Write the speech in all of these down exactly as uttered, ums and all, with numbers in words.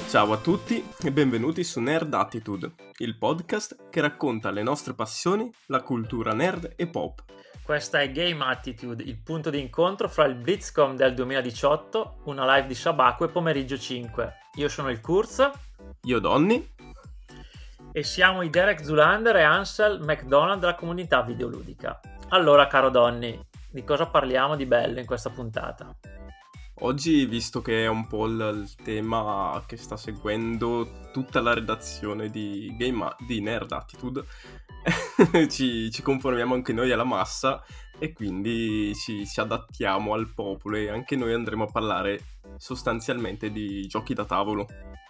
Ciao a tutti e benvenuti su Nerd Attitude, il podcast che racconta le nostre passioni, la cultura nerd e pop. Questa è Game Attitude, il punto di incontro fra il BlizzCon del duemiladiciotto, una live di Sciabaco e Pomeriggio cinque. Io sono il Kurz. Io Donny. E siamo i Derek Zulander e Ansel McDonald della comunità videoludica. Allora, caro Donny, di cosa parliamo di bello in questa puntata? Oggi, visto che è un po' il, il tema che sta seguendo tutta la redazione di, Game, di Nerd Attitude, ci, ci conformiamo anche noi alla massa e quindi ci, ci adattiamo al popolo e anche noi andremo a parlare sostanzialmente di giochi da tavolo.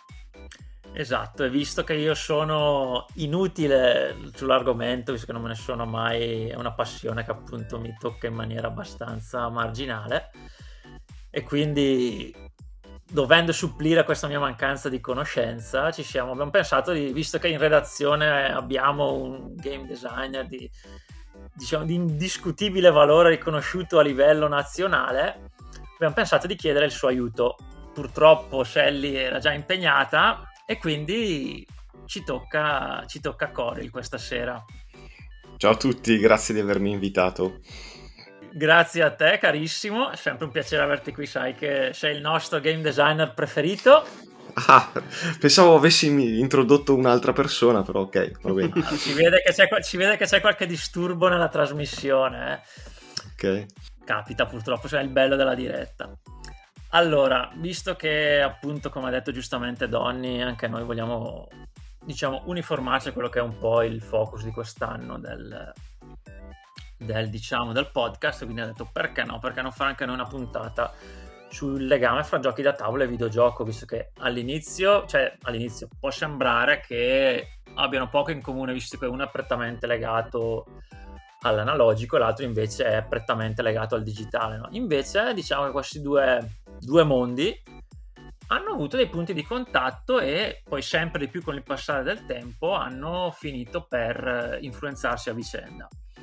Esatto, e visto che io sono inutile sull'argomento, visto che non me ne sono mai, è una passione che appunto mi tocca in maniera abbastanza marginale, e quindi dovendo supplire a questa mia mancanza di conoscenza ci siamo, abbiamo pensato di, visto che in redazione abbiamo un game designer di, diciamo, di indiscutibile valore riconosciuto a livello nazionale, abbiamo pensato di chiedere il suo aiuto. Purtroppo Shelly era già impegnata e quindi ci tocca ci tocca Corey questa sera. Ciao a tutti, grazie di avermi invitato. Grazie a te, carissimo, è sempre un piacere averti qui, sai che sei il nostro game designer preferito. Ah, pensavo avessi introdotto un'altra persona, però ok, va bene. si, vede che c'è, si vede che c'è qualche disturbo nella trasmissione. Eh. Ok. Capita purtroppo, cioè è il bello della diretta. Allora, visto che appunto, come ha detto giustamente Donny, anche noi vogliamo, diciamo, uniformarci a quello che è un po' il focus di quest'anno del... del diciamo del podcast, quindi ho detto perché no, perché non fare anche noi una puntata sul legame fra giochi da tavolo e videogioco, visto che all'inizio, cioè all'inizio può sembrare che abbiano poco in comune, visto che uno è prettamente legato all'analogico e l'altro invece è prettamente legato al digitale, no? Invece diciamo che questi due, due mondi hanno avuto dei punti di contatto e poi sempre di più con il passare del tempo hanno finito per influenzarsi a vicenda.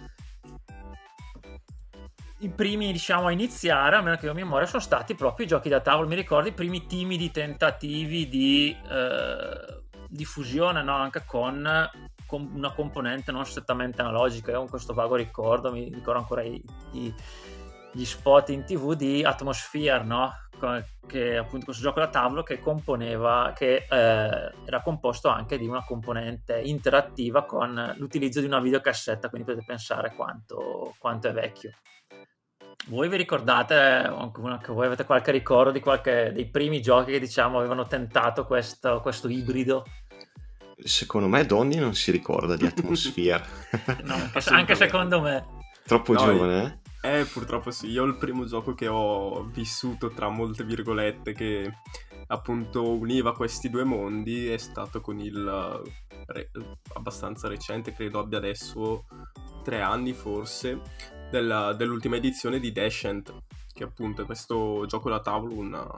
I primi, diciamo, a iniziare, a meno che io memoria, sono stati proprio i giochi da tavolo. Mi ricordo i primi timidi tentativi di eh, diffusione, no? Anche con, con una componente non strettamente analogica. Io con questo vago ricordo, mi ricordo ancora i, i, gli spot in tv di Atmosphere, no? Che appunto questo gioco da tavolo che componeva, che eh, era composto anche di una componente interattiva con l'utilizzo di una videocassetta, quindi potete pensare quanto, quanto è vecchio. Voi vi ricordate, anche voi avete qualche ricordo di qualche dei primi giochi che diciamo avevano tentato questo, questo ibrido? Secondo me Donny non si ricorda di Atmosphere. No, anche secondo me. Troppo no, giovane, eh? Eh, purtroppo sì. Io il primo gioco che ho vissuto, tra molte virgolette, che appunto univa questi due mondi è stato con il re, abbastanza recente, credo abbia adesso tre anni forse, della, dell'ultima edizione di Descent, che appunto è questo gioco da tavolo, una...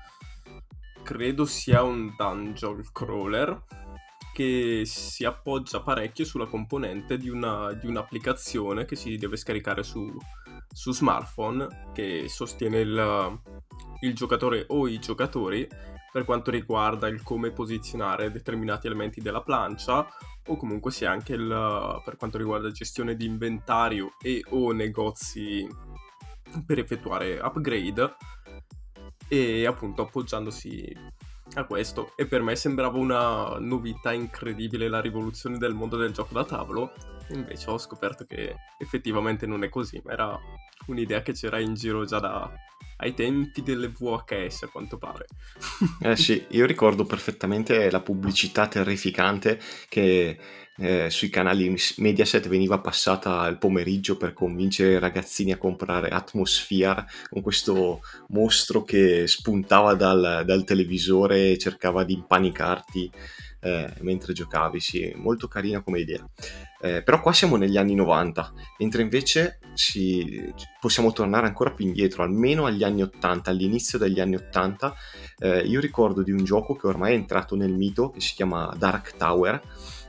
credo sia un dungeon crawler che si appoggia parecchio sulla componente di, una, di un'applicazione che si deve scaricare su, su smartphone, che sostiene il, il giocatore o i giocatori per quanto riguarda il come posizionare determinati elementi della plancia, o comunque sia anche il, per quanto riguarda gestione di inventario e o negozi per effettuare upgrade, e appunto appoggiandosi a questo. E per me sembrava una novità incredibile, la rivoluzione del mondo del gioco da tavolo. Invece ho scoperto che effettivamente non è così, ma era un'idea che c'era in giro già da ai tempi delle V H S, a quanto pare. Eh sì, io ricordo perfettamente la pubblicità terrificante che eh, sui canali Mediaset veniva passata al pomeriggio per convincere i ragazzini a comprare Atmosphere, con questo mostro che spuntava dal, dal televisore e cercava di impanicarti eh, mentre giocavi. Sì, molto carina come idea. Eh, però qua siamo negli anni novanta, mentre invece si, possiamo tornare ancora più indietro, almeno agli anni ottanta, all'inizio degli anni ottanta. Eh, io ricordo di un gioco che ormai è entrato nel mito, che si chiama Dark Tower,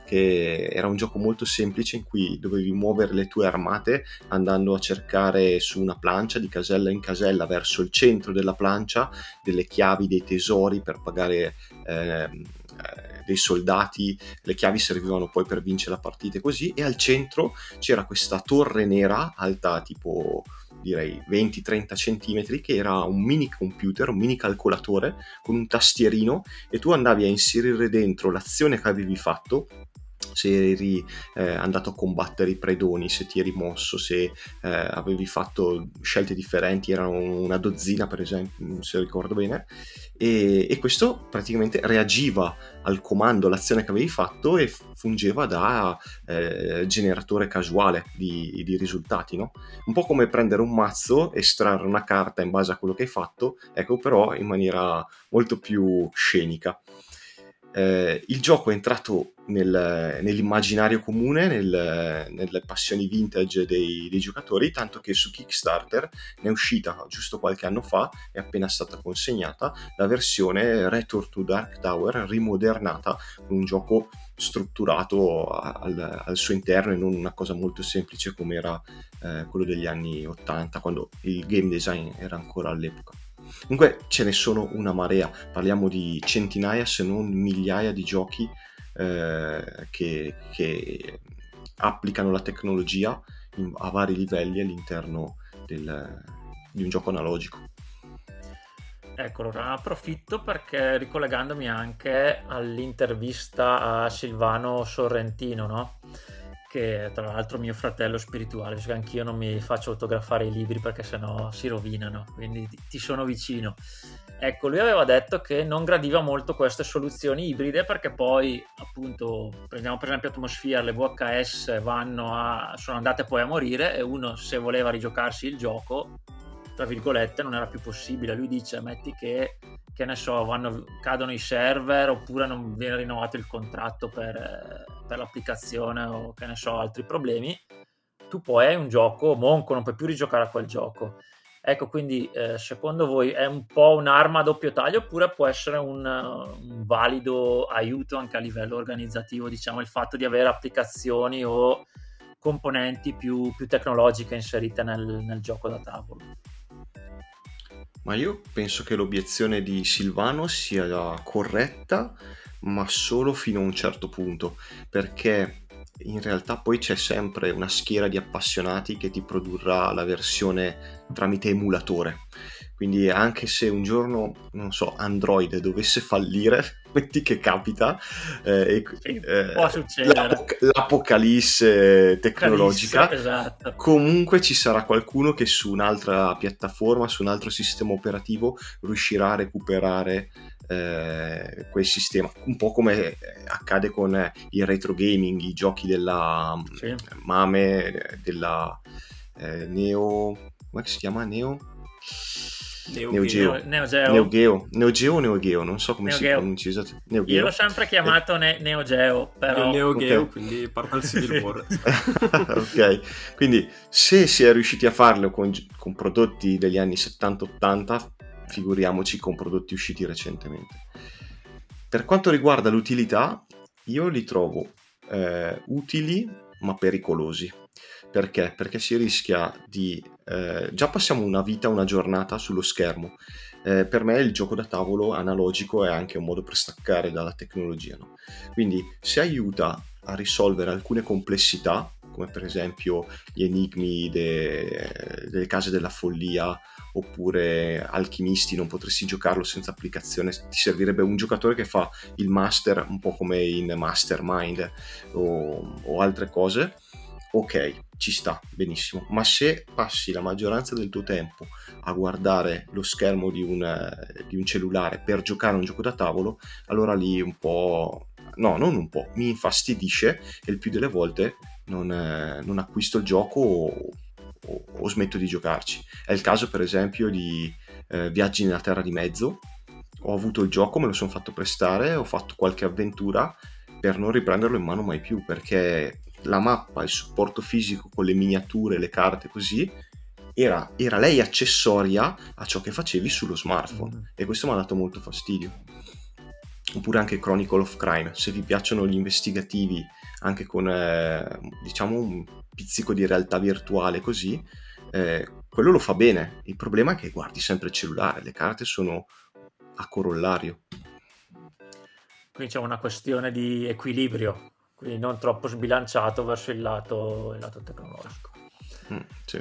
che era un gioco molto semplice in cui dovevi muovere le tue armate andando a cercare su una plancia, di casella in casella, verso il centro della plancia, delle chiavi, dei tesori per pagare eh, dei soldati. Le chiavi servivano poi per vincere la partita e così, e al centro c'era questa torre nera alta tipo direi venti trenta centimetri, che era un mini computer, un mini calcolatore con un tastierino, e tu andavi a inserire dentro l'azione che avevi fatto, se eri eh, andato a combattere i predoni, se ti eri mosso, se eh, avevi fatto scelte differenti, erano una dozzina per esempio, se ricordo bene, e, e questo praticamente reagiva al comando, all'azione che avevi fatto, e fungeva da eh, generatore casuale di, di risultati, no? Un po' come prendere un mazzo, estrarre una carta in base a quello che hai fatto, ecco, però in maniera molto più scenica. Eh, il gioco è entrato nel, nell'immaginario comune, nel, nelle passioni vintage dei, dei giocatori, tanto che su Kickstarter ne è uscita giusto qualche anno fa, è appena stata consegnata, la versione Return to Dark Tower rimodernata, con un gioco strutturato al, al suo interno e non una cosa molto semplice come era eh, quello degli anni ottanta, quando il game design era ancora all'epoca. Comunque ce ne sono una marea, parliamo di centinaia se non migliaia di giochi eh, che, che applicano la tecnologia in, a vari livelli all'interno del, di un gioco analogico. Ecco, allora approfitto perché, ricollegandomi anche all'intervista a Silvano Sorrentino, no? Che tra l'altro mio fratello spirituale, perché anch'io non mi faccio autografare i libri perché sennò si rovinano, quindi ti sono vicino. Ecco, lui aveva detto che non gradiva molto queste soluzioni ibride, perché poi appunto prendiamo per esempio Atmosphere, le V H S vanno a, sono andate poi a morire, e uno, se voleva rigiocarsi il gioco, tra virgolette, non era più possibile. Lui dice, metti che che ne so, vanno, cadono i server, oppure non viene rinnovato il contratto per, per l'applicazione, o che ne so, altri problemi, tu poi hai un gioco monco, non puoi più rigiocare a quel gioco. Ecco, quindi eh, secondo voi è un po' un'arma a doppio taglio, oppure può essere un, un valido aiuto anche a livello organizzativo, diciamo, il fatto di avere applicazioni o componenti più, più tecnologiche inserite nel, nel gioco da tavolo? Ma io penso che l'obiezione di Silvano sia corretta, ma solo fino a un certo punto, perché in realtà poi c'è sempre una schiera di appassionati che ti produrrà la versione tramite emulatore. Quindi anche se un giorno, non so, Android dovesse fallire, metti che capita, eh, Sì, eh, può succedere. l'apoc- l'apocalisse tecnologica, Calisse, esatto. comunque ci sarà qualcuno che su un'altra piattaforma, su un altro sistema operativo, riuscirà a recuperare eh, quel sistema, un po' come accade con il retro gaming, i giochi della Sì. Mame, della eh, Neo, come si chiama? Neo? Neo, Neo Geo. Neo, Neo Geo. Neo Geo, Neo Geo o Neo Geo, non so come Neo si Geo. pronuncia esatto. Neo Io Geo. l'ho sempre chiamato Eh. ne- Neo Geo, però... Neo Geo, Ok. quindi parla al Civil War. Ok, quindi se si è riusciti a farlo con, con prodotti degli anni settanta ottanta, figuriamoci con prodotti usciti recentemente. Per quanto riguarda l'utilità, io li trovo eh, utili ma pericolosi. Perché? Perché si rischia di... Eh, già passiamo una vita, una giornata sullo schermo. Eh, per me il gioco da tavolo analogico è anche un modo per staccare dalla tecnologia, no? Quindi se aiuta a risolvere alcune complessità, come per esempio gli enigmi de- delle case della follia, oppure alchimisti, non potresti giocarlo senza applicazione, ti servirebbe un giocatore che fa il master, un po' come in Mastermind o, o altre cose. Ok, ci sta, benissimo, ma se passi la maggioranza del tuo tempo a guardare lo schermo di un, di un cellulare per giocare a un gioco da tavolo, allora lì un po', no, non un po', mi infastidisce, e il più delle volte non, eh, non acquisto il gioco o, o, o smetto di giocarci. È il caso per esempio di eh, Viaggi nella Terra di Mezzo. Ho avuto il gioco, me lo sono fatto prestare, ho fatto qualche avventura per non riprenderlo in mano mai più, perché la mappa, il supporto fisico con le miniature, le carte così, era, era lei accessoria a ciò che facevi sullo smartphone, mm. e questo mi ha dato molto fastidio. Oppure anche Chronicle of Crime, se vi piacciono gli investigativi anche con eh, diciamo un pizzico di realtà virtuale così, eh, quello lo fa bene. Il problema è che guardi sempre il cellulare, le carte sono a corollario. Quindi c'è una questione di equilibrio, quindi non troppo sbilanciato verso il lato, il lato tecnologico. Mm, sì.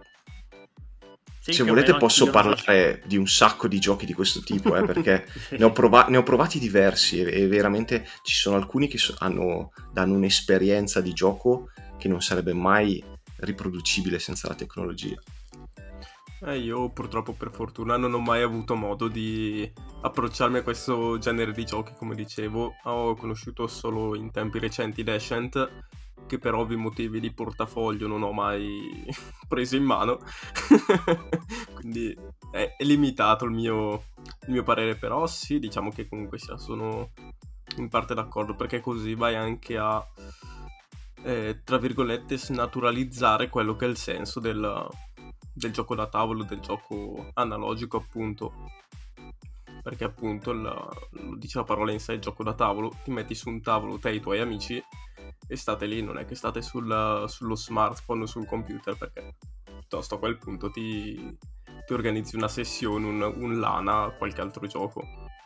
Sì, Se più o volete meno posso anch'io non lo parlare so. di un sacco di giochi di questo tipo, eh, perché Sì. ne ho, prova- ne ho provati diversi e, e veramente ci sono alcuni che so- hanno, danno un'esperienza di gioco che non sarebbe mai riproducibile senza la tecnologia. Eh, io purtroppo per fortuna non ho mai avuto modo di approcciarmi a questo genere di giochi, come dicevo. Ho conosciuto solo in tempi recenti Descent, che per ovvi motivi di portafoglio non ho mai preso in mano. Quindi è, è limitato il mio, il mio parere, però sì, diciamo che comunque sia, sono in parte d'accordo, perché così vai anche a, eh, tra virgolette, snaturalizzare quello che è il senso del, del gioco da tavolo, del gioco analogico, appunto. Perché appunto, il, lo dice la parola in sé, il gioco da tavolo, ti metti su un tavolo te e i tuoi amici e state lì, non è che state sul, sullo smartphone o sul computer, perché piuttosto a quel punto ti, ti organizzi una sessione, un, un LAN, qualche altro gioco.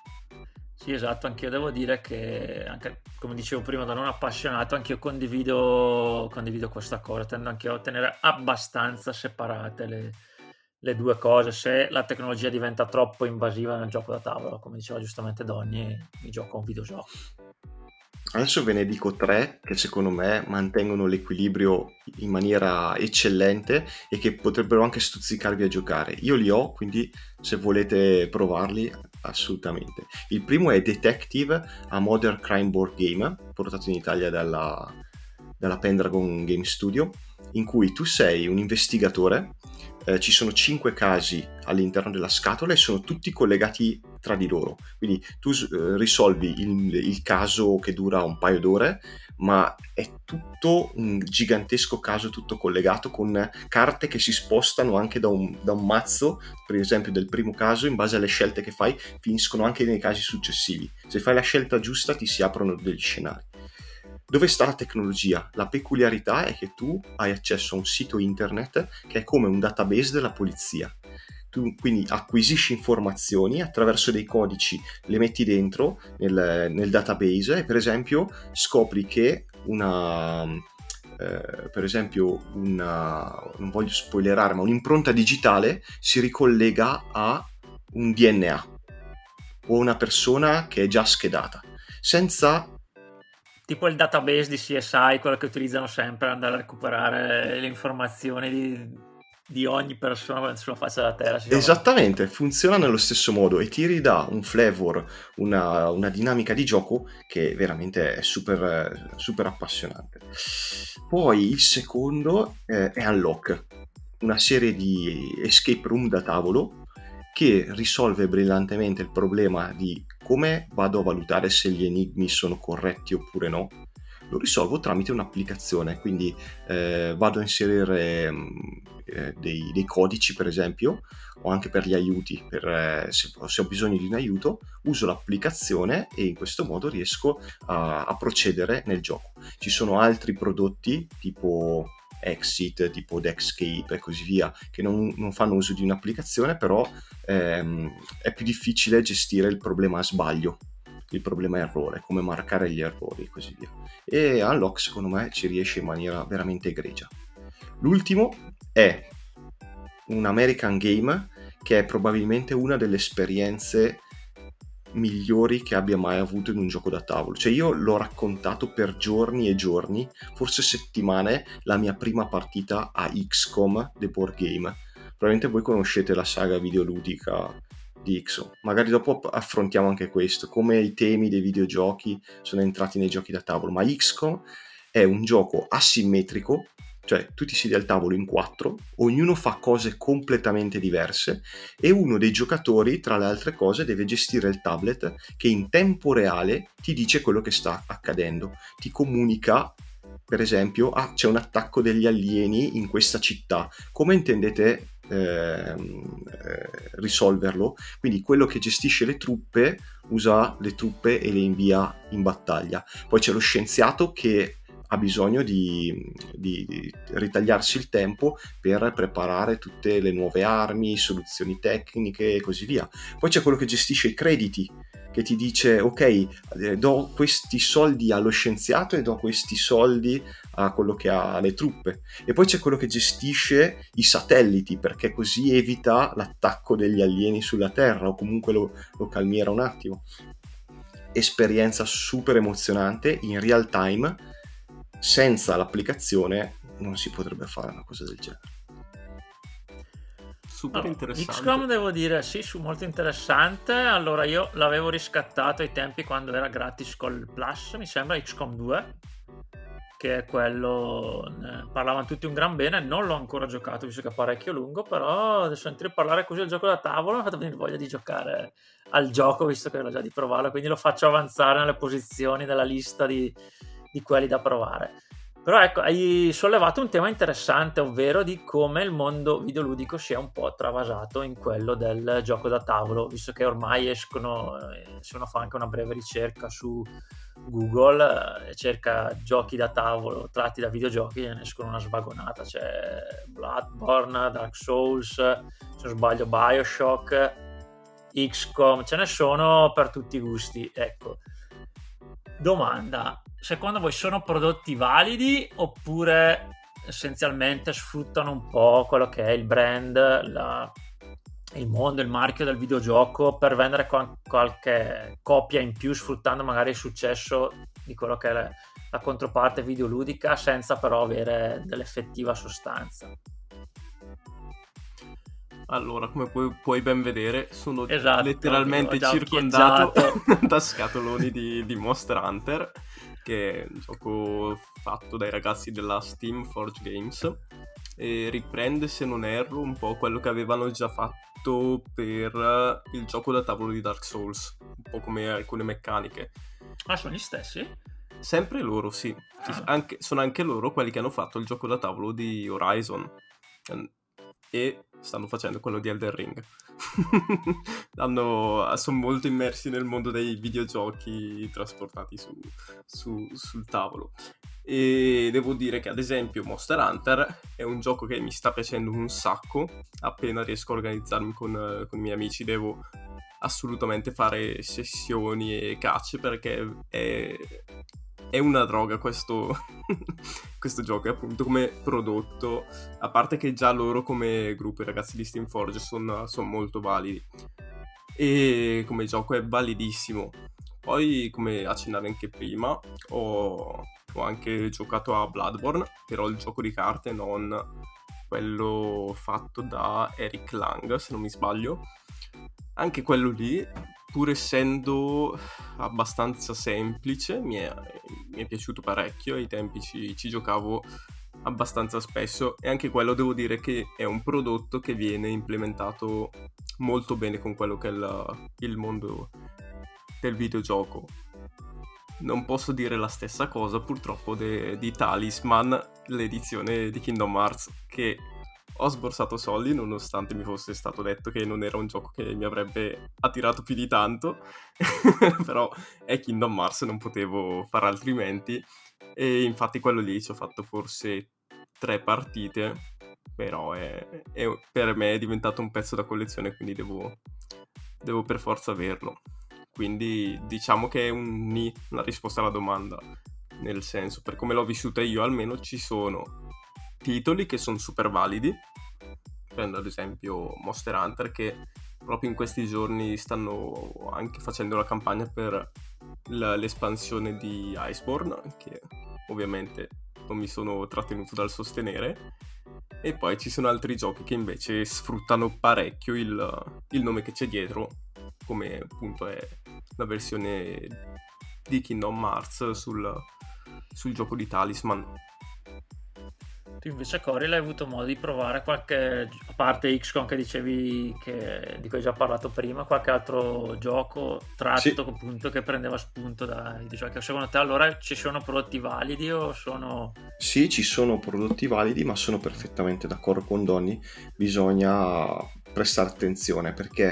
Sì, esatto, anch'io devo dire che, anche come dicevo prima, da non appassionato, anch'io condivido, condivido questa cosa, tendo anche a tenere abbastanza separate le, le due cose. Se la tecnologia diventa troppo invasiva nel gioco da tavolo, come diceva giustamente Donny, mi gioco a un videogioco. Adesso ve ne dico tre che secondo me mantengono l'equilibrio in maniera eccellente e che potrebbero anche stuzzicarvi a giocare. Io li ho, quindi se volete provarli, assolutamente. Il primo è Detective, a Modern Crime Board Game, portato in Italia dalla, dalla Pendragon Game Studio, in cui tu sei un investigatore. Eh, ci sono cinque casi all'interno della scatola e sono tutti collegati tra di loro, quindi tu eh, risolvi il, il caso che dura un paio d'ore, ma è tutto un gigantesco caso tutto collegato con carte che si spostano anche da un, da un mazzo, per esempio del primo caso, in base alle scelte che fai finiscono anche nei casi successivi. Se fai la scelta giusta ti si aprono degli scenari. Dove sta la tecnologia? La peculiarità è che tu hai accesso a un sito internet che è come un database della polizia. Tu quindi acquisisci informazioni attraverso dei codici, le metti dentro nel, nel database e per esempio scopri che una, eh, per esempio una, non voglio spoilerare, ma un'impronta digitale si ricollega a un D N A o una persona che è già schedata, senza Tipo il database di C S I, quello che utilizzano sempre per andare a recuperare le informazioni di, di ogni persona sulla faccia della terra. Si chiama- Esattamente, funziona nello stesso modo e ti ridà un flavor, una, una dinamica di gioco che veramente è super, eh, super appassionante. Poi il secondo eh, è Unlock, una serie di escape room da tavolo che risolve brillantemente il problema di come vado a valutare se gli enigmi sono corretti oppure no. Lo risolvo tramite un'applicazione, quindi eh, vado a inserire mh, eh, dei, dei codici per esempio, o anche per gli aiuti, per, eh, se, se ho bisogno di un aiuto, uso l'applicazione e in questo modo riesco a, a procedere nel gioco. Ci sono altri prodotti tipo Exit, tipo Dexcape e così via, che non, non fanno uso di un'applicazione, però ehm, è più difficile gestire il problema sbaglio, il problema errore, come marcare gli errori e così via. E Unlock secondo me ci riesce in maniera veramente egregia. L'ultimo è un American Game che è probabilmente una delle esperienze migliori che abbia mai avuto in un gioco da tavolo. Cioè io l'ho raccontato per giorni e giorni, forse settimane, la mia prima partita a X COM The Board Game. Probabilmente voi conoscete la saga videoludica di X COM. Magari dopo affrontiamo anche questo, come i temi dei videogiochi sono entrati nei giochi da tavolo. Ma X COM è un gioco asimmetrico, cioè tu ti siedi al tavolo in quattro, ognuno fa cose completamente diverse e uno dei giocatori, tra le altre cose, deve gestire il tablet che in tempo reale ti dice quello che sta accadendo, ti comunica, per esempio, ah, c'è un attacco degli alieni in questa città, come intendete eh, eh, risolverlo? Quindi quello che gestisce le truppe usa le truppe e le invia in battaglia. Poi c'è lo scienziato che ha bisogno di, di, di ritagliarsi il tempo per preparare tutte le nuove armi, soluzioni tecniche e così via. Poi c'è quello che gestisce i crediti, che ti dice ok, eh, do questi soldi allo scienziato e do questi soldi a quello che ha le truppe. E poi c'è quello che gestisce i satelliti, perché così evita l'attacco degli alieni sulla Terra, o comunque lo, lo calmiera un attimo. Esperienza super emozionante in real time. Senza l'applicazione non si potrebbe fare una cosa del genere. Super Allora, interessante. X COM devo dire sì, su molto interessante. Allora io l'avevo riscattato ai tempi quando era gratis col Plus, mi sembra X COM due, che è quello, ne parlavano tutti un gran bene. Non l'ho ancora giocato visto che è parecchio lungo, però adesso sentire parlare così del gioco da tavolo mi ha fatto venire voglia di giocare al gioco, visto che l'ho già di provarlo, quindi lo faccio avanzare nelle posizioni della lista di, di quelli da provare. Però ecco, hai sollevato un tema interessante, ovvero di come il mondo videoludico sia un po' travasato in quello del gioco da tavolo, visto che ormai escono, se uno fa anche una breve ricerca su Google e eh, cerca giochi da tavolo tratti da videogiochi, ne escono una svagonata. C'è Bloodborne, Dark Souls, se non sbaglio Bioshock, X COM, ce ne sono per tutti i gusti. Ecco, domanda: secondo voi sono prodotti validi oppure essenzialmente sfruttano un po' quello che è il brand, la, il mondo, il marchio del videogioco per vendere qual- qualche copia in più, sfruttando magari il successo di quello che è la, la controparte videoludica, senza però avere dell'effettiva sostanza? Allora, come puoi, puoi ben vedere, sono Esatto, letteralmente ho già circondato occhieggiato. da scatoloni di, di Monster Hunter, che è un gioco fatto dai ragazzi della Steam Forge Games, e riprende, se non erro, un po' quello che avevano già fatto per il gioco da tavolo di Dark Souls, un po' come alcune meccaniche. Ah, sono gli stessi? Sempre loro, sì. Ah. Anche, sono anche loro quelli che hanno fatto il gioco da tavolo di Horizon. E stanno facendo quello di Elden Ring. Hanno, sono molto immersi nel mondo dei videogiochi trasportati su, su, sul tavolo. E devo dire che ad esempio Monster Hunter è un gioco che mi sta piacendo un sacco. Appena riesco a organizzarmi con, con i miei amici devo assolutamente fare sessioni e cacce, perché è, è una droga questo, questo gioco. E appunto come prodotto, a parte che già loro come gruppo, i ragazzi di Steamforge, sono son molto validi, e come gioco è validissimo. Poi, come accennavi anche prima, ho, ho anche giocato a Bloodborne, però il gioco di carte, non quello fatto da Eric Lang, se non mi sbaglio. Anche quello lì, pur essendo abbastanza semplice, mi è, mi è piaciuto parecchio. Ai tempi ci, ci giocavo abbastanza spesso, e anche quello devo dire che è un prodotto che viene implementato molto bene con quello che è il, il mondo del videogioco. Non posso dire la stessa cosa purtroppo de, di Talisman, l'edizione di Kingdom Hearts, che ho sborsato soldi nonostante mi fosse stato detto che non era un gioco che mi avrebbe attirato più di tanto. Però è Kingdom Hearts, non potevo fare altrimenti, e infatti quello lì ci ho fatto forse tre partite, però è, è, per me è diventato un pezzo da collezione, quindi devo, devo per forza averlo. Quindi diciamo che è un ni, la risposta alla domanda, nel senso, per come l'ho vissuta io almeno, ci sono titoli che sono super validi. Prendo ad esempio Monster Hunter, che proprio in questi giorni stanno anche facendo la campagna per l- l'espansione di Iceborne, che ovviamente non mi sono trattenuto dal sostenere. E poi ci sono altri giochi che invece sfruttano parecchio il, il nome che c'è dietro, come appunto è la versione di Kingdom Hearts sul, sul gioco di Talisman. Tu invece, Cory, l'hai avuto modo di provare qualche, a parte X COM che dicevi che, di cui hai già parlato prima, qualche altro gioco tratto, Sì. appunto, che prendeva spunto dai videogiochi? Secondo te allora ci sono prodotti validi o sono... Sì, ci sono prodotti validi, ma sono perfettamente d'accordo con Donny, bisogna prestare attenzione, perché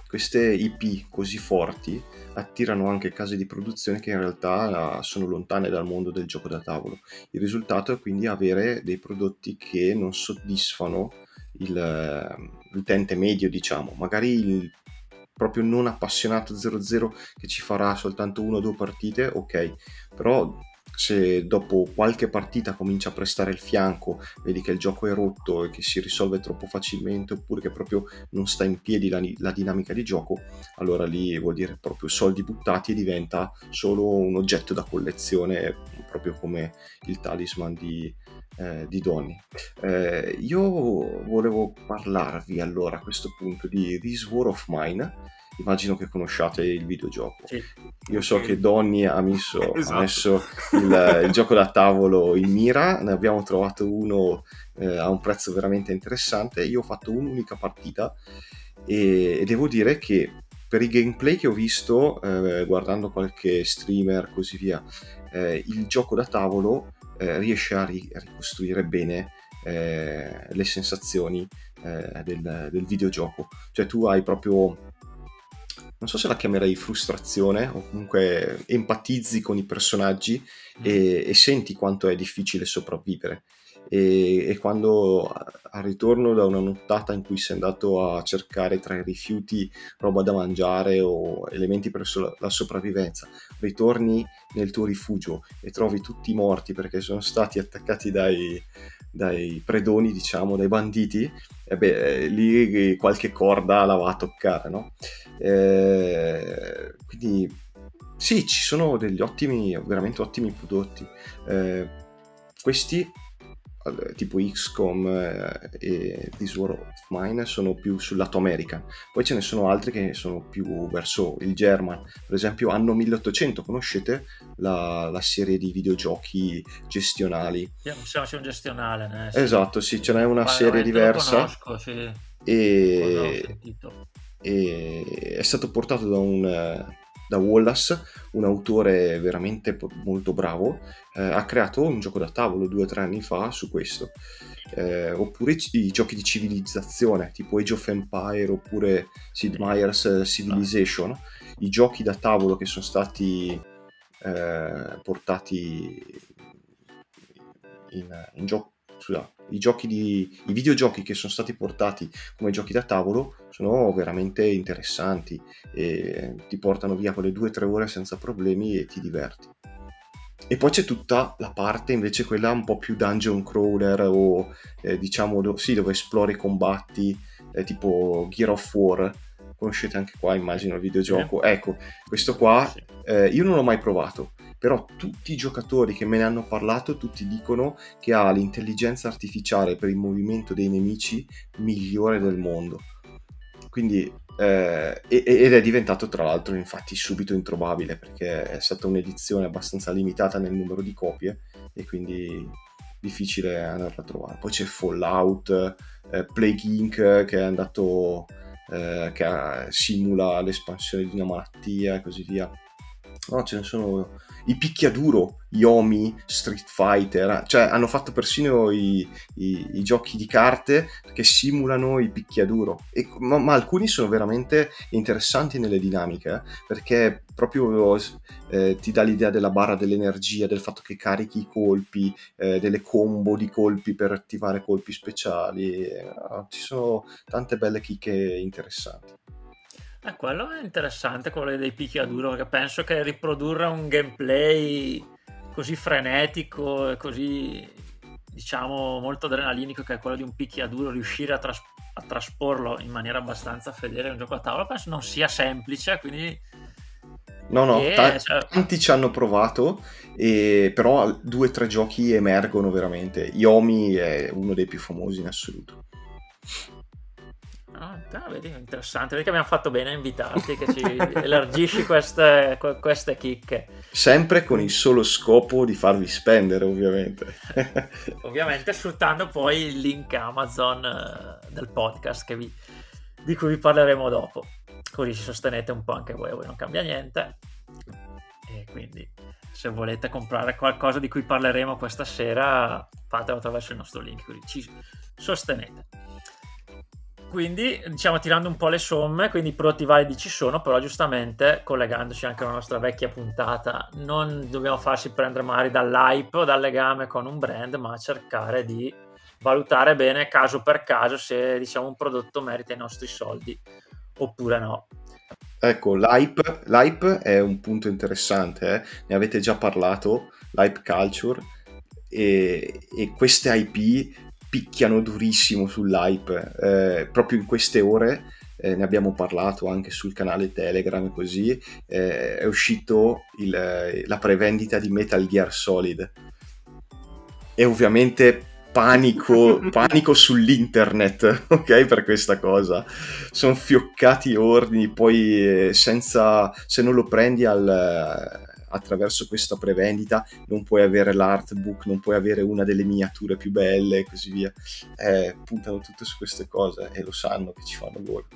queste I P così forti attirano anche case di produzione che in realtà sono lontane dal mondo del gioco da tavolo. Il risultato è quindi avere dei prodotti che non soddisfano il, l'utente medio, diciamo, magari il proprio non appassionato zero zero che ci farà soltanto una o due partite, ok, però se dopo qualche partita comincia a prestare il fianco, vedi che il gioco è rotto e che si risolve troppo facilmente, oppure che proprio non sta in piedi la, la dinamica di gioco, allora lì vuol dire proprio soldi buttati e diventa solo un oggetto da collezione, proprio come il talisman di, eh, di Donny. Eh, io volevo parlarvi allora a questo punto di This War of Mine. Immagino che conosciate il videogioco. Sì. Io so che Donny ha messo, Esatto. ha messo il, il gioco da tavolo in mira, ne abbiamo trovato uno eh, a un prezzo veramente interessante. Io ho fatto un'unica partita e, e devo dire che per i gameplay che ho visto, eh, guardando qualche streamer così via, eh, il gioco da tavolo eh, riesce a, ri- a ricostruire bene eh, le sensazioni eh, del, del videogioco. Cioè tu hai proprio, non so se la chiamerei frustrazione, o comunque empatizzi con i personaggi e, e senti quanto è difficile sopravvivere. E, e quando al ritorno da una nottata in cui sei andato a cercare tra i rifiuti roba da mangiare o elementi per so- la sopravvivenza, ritorni nel tuo rifugio e trovi tutti morti perché sono stati attaccati dai, dai predoni, diciamo, dai banditi, e beh, lì qualche corda la va a toccare, no? Eh, quindi sì, ci sono degli ottimi, veramente ottimi prodotti. Eh, questi tipo X COM eh, e This War of Mine sono più sul lato American, poi ce ne sono altri che sono più verso il German, per esempio Anno milleottocento, conoscete la, la serie di videogiochi gestionali? Sì, mi sembra sia un gestionale, né? Sì. Esatto, sì, ce n'è una Ma serie veramente lo diversa conosco, sì. Cosa ho e, sentito? e è stato portato da un da Wallace, un autore veramente po- molto bravo, eh, ha creato un gioco da tavolo due o tre anni fa su questo, eh, oppure i, i giochi di civilizzazione tipo Age of Empire oppure Sid Meier's Civilization, i giochi da tavolo che sono stati eh, portati in, in gioco. Scusa, i giochi di i videogiochi che sono stati portati come giochi da tavolo sono veramente interessanti e ti portano via quelle due o tre ore senza problemi e ti diverti. E poi c'è tutta la parte invece quella un po' più dungeon crawler o eh, diciamo do- sì, dove esplori e combatti, eh, tipo Gear of War. Conoscete anche qua, immagino, il videogioco. Sì. Ecco, questo qua Sì. eh, io non l'ho mai provato, però tutti i giocatori che me ne hanno parlato, tutti dicono che ha l'intelligenza artificiale per il movimento dei nemici migliore del mondo. Quindi eh, ed è diventato tra l'altro infatti subito introvabile perché è stata un'edizione abbastanza limitata nel numero di copie e quindi difficile andarla a trovare. Poi c'è Fallout, eh, Plague Inc che è andato eh, che ha, simula l'espansione di una malattia e così via. No, ce ne sono i picchiaduro, Yomi, Street Fighter, cioè hanno fatto persino i, i, i giochi di carte che simulano i picchiaduro, e, ma, ma alcuni sono veramente interessanti nelle dinamiche, eh, perché proprio eh, ti dà l'idea della barra dell'energia, del fatto che carichi i colpi, eh, delle combo di colpi per attivare colpi speciali, eh, ci sono tante belle chicche interessanti. Eh, quello è interessante, quello dei picchiaduro, perché penso che riprodurre un gameplay così frenetico e così, diciamo, molto adrenalinico che è quello di un picchiaduro, riuscire a, tras- a trasporlo in maniera abbastanza fedele a un gioco a tavola, penso non sia semplice, quindi... No, no, E, ta- cioè, tanti ci hanno provato, e però due o tre giochi emergono veramente. Yomi è uno dei più famosi in assoluto. ah, ah, vedi, interessante, vedi che abbiamo fatto bene a invitarti, che ci elargisci queste, que- queste chicche. Sempre con il solo scopo di farvi spendere, ovviamente. Ovviamente sfruttando poi il link Amazon eh, del podcast che vi, di cui vi parleremo dopo, così ci sostenete un po' anche voi, a voi non cambia niente, e quindi se volete comprare qualcosa di cui parleremo questa sera fatelo attraverso il nostro link, così ci sostenete. quindi diciamo tirando un po' le somme, quindi i prodotti validi ci sono, però giustamente collegandoci anche alla nostra vecchia puntata, non dobbiamo farsi prendere magari dall'hype o dal legame con un brand, ma cercare di valutare bene caso per caso se diciamo un prodotto merita i nostri soldi oppure no. Ecco, l'hype, l'hype è un punto interessante, eh? Ne avete già parlato, l'hype culture, e, e queste I P picchiano durissimo sull'hype. Eh, proprio in queste ore eh, ne abbiamo parlato anche sul canale Telegram e così, eh, è uscito il, la prevendita di Metal Gear Solid. E ovviamente panico, panico sull'internet, ok, per questa cosa. Sono fioccati ordini, poi eh, senza, se non lo prendi al, attraverso questa prevendita non puoi avere l'artbook, non puoi avere una delle miniature più belle e così via. Eh, puntano tutte su queste cose e lo sanno che ci fanno loro.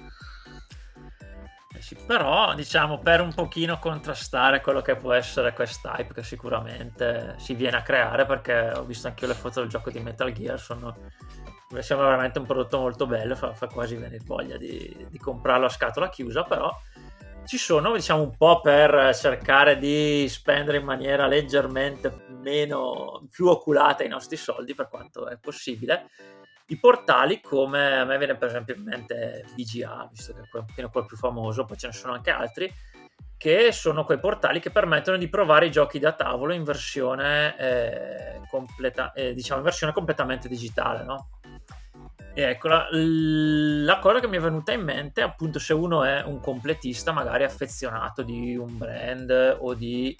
Sì, però diciamo per un pochino contrastare quello che può essere quest'hype che sicuramente si viene a creare, perché ho visto anche io le foto del gioco di Metal Gear, sono mi sembra veramente un prodotto molto bello, fa, fa quasi venire voglia di, di comprarlo a scatola chiusa, però ci sono diciamo un po' per cercare di spendere in maniera leggermente meno più oculata i nostri soldi per quanto è possibile. I portali, come a me viene per esempio in mente B G A, visto che è un pochino quello più famoso, poi ce ne sono anche altri, che sono quei portali che permettono di provare i giochi da tavolo in versione eh, completa, eh, diciamo in versione completamente digitale, no? E ecco, la, la cosa che mi è venuta in mente, appunto, se uno è un completista, magari affezionato di un brand o di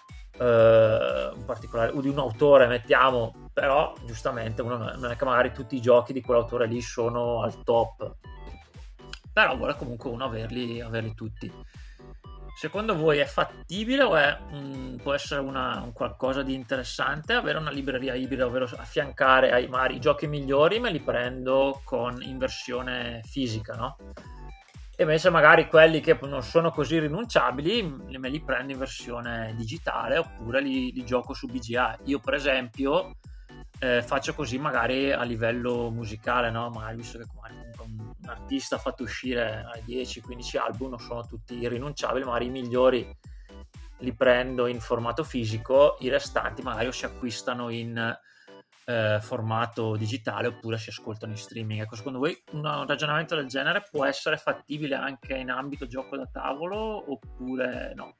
Uh, un particolare o di un autore, mettiamo, però giustamente uno non è che magari tutti i giochi di quell'autore lì sono al top, però vuole comunque uno averli, averli tutti. Secondo voi è fattibile o è um, può essere una, un qualcosa di interessante avere una libreria ibrida, ovvero affiancare ai magari i giochi migliori me li prendo con in versione fisica, no? E invece magari quelli che non sono così rinunciabili me li prendo in versione digitale oppure li, li gioco su B G A. Io per esempio eh, faccio così magari a livello musicale, no? Magari visto che un, un artista ha fatto uscire dieci quindici album, non sono tutti irrinunciabili, magari i migliori li prendo in formato fisico, i restanti magari o si acquistano in Eh, formato digitale oppure si ascoltano in streaming. Ecco, secondo voi un ragionamento del genere può essere fattibile anche in ambito gioco da tavolo oppure no?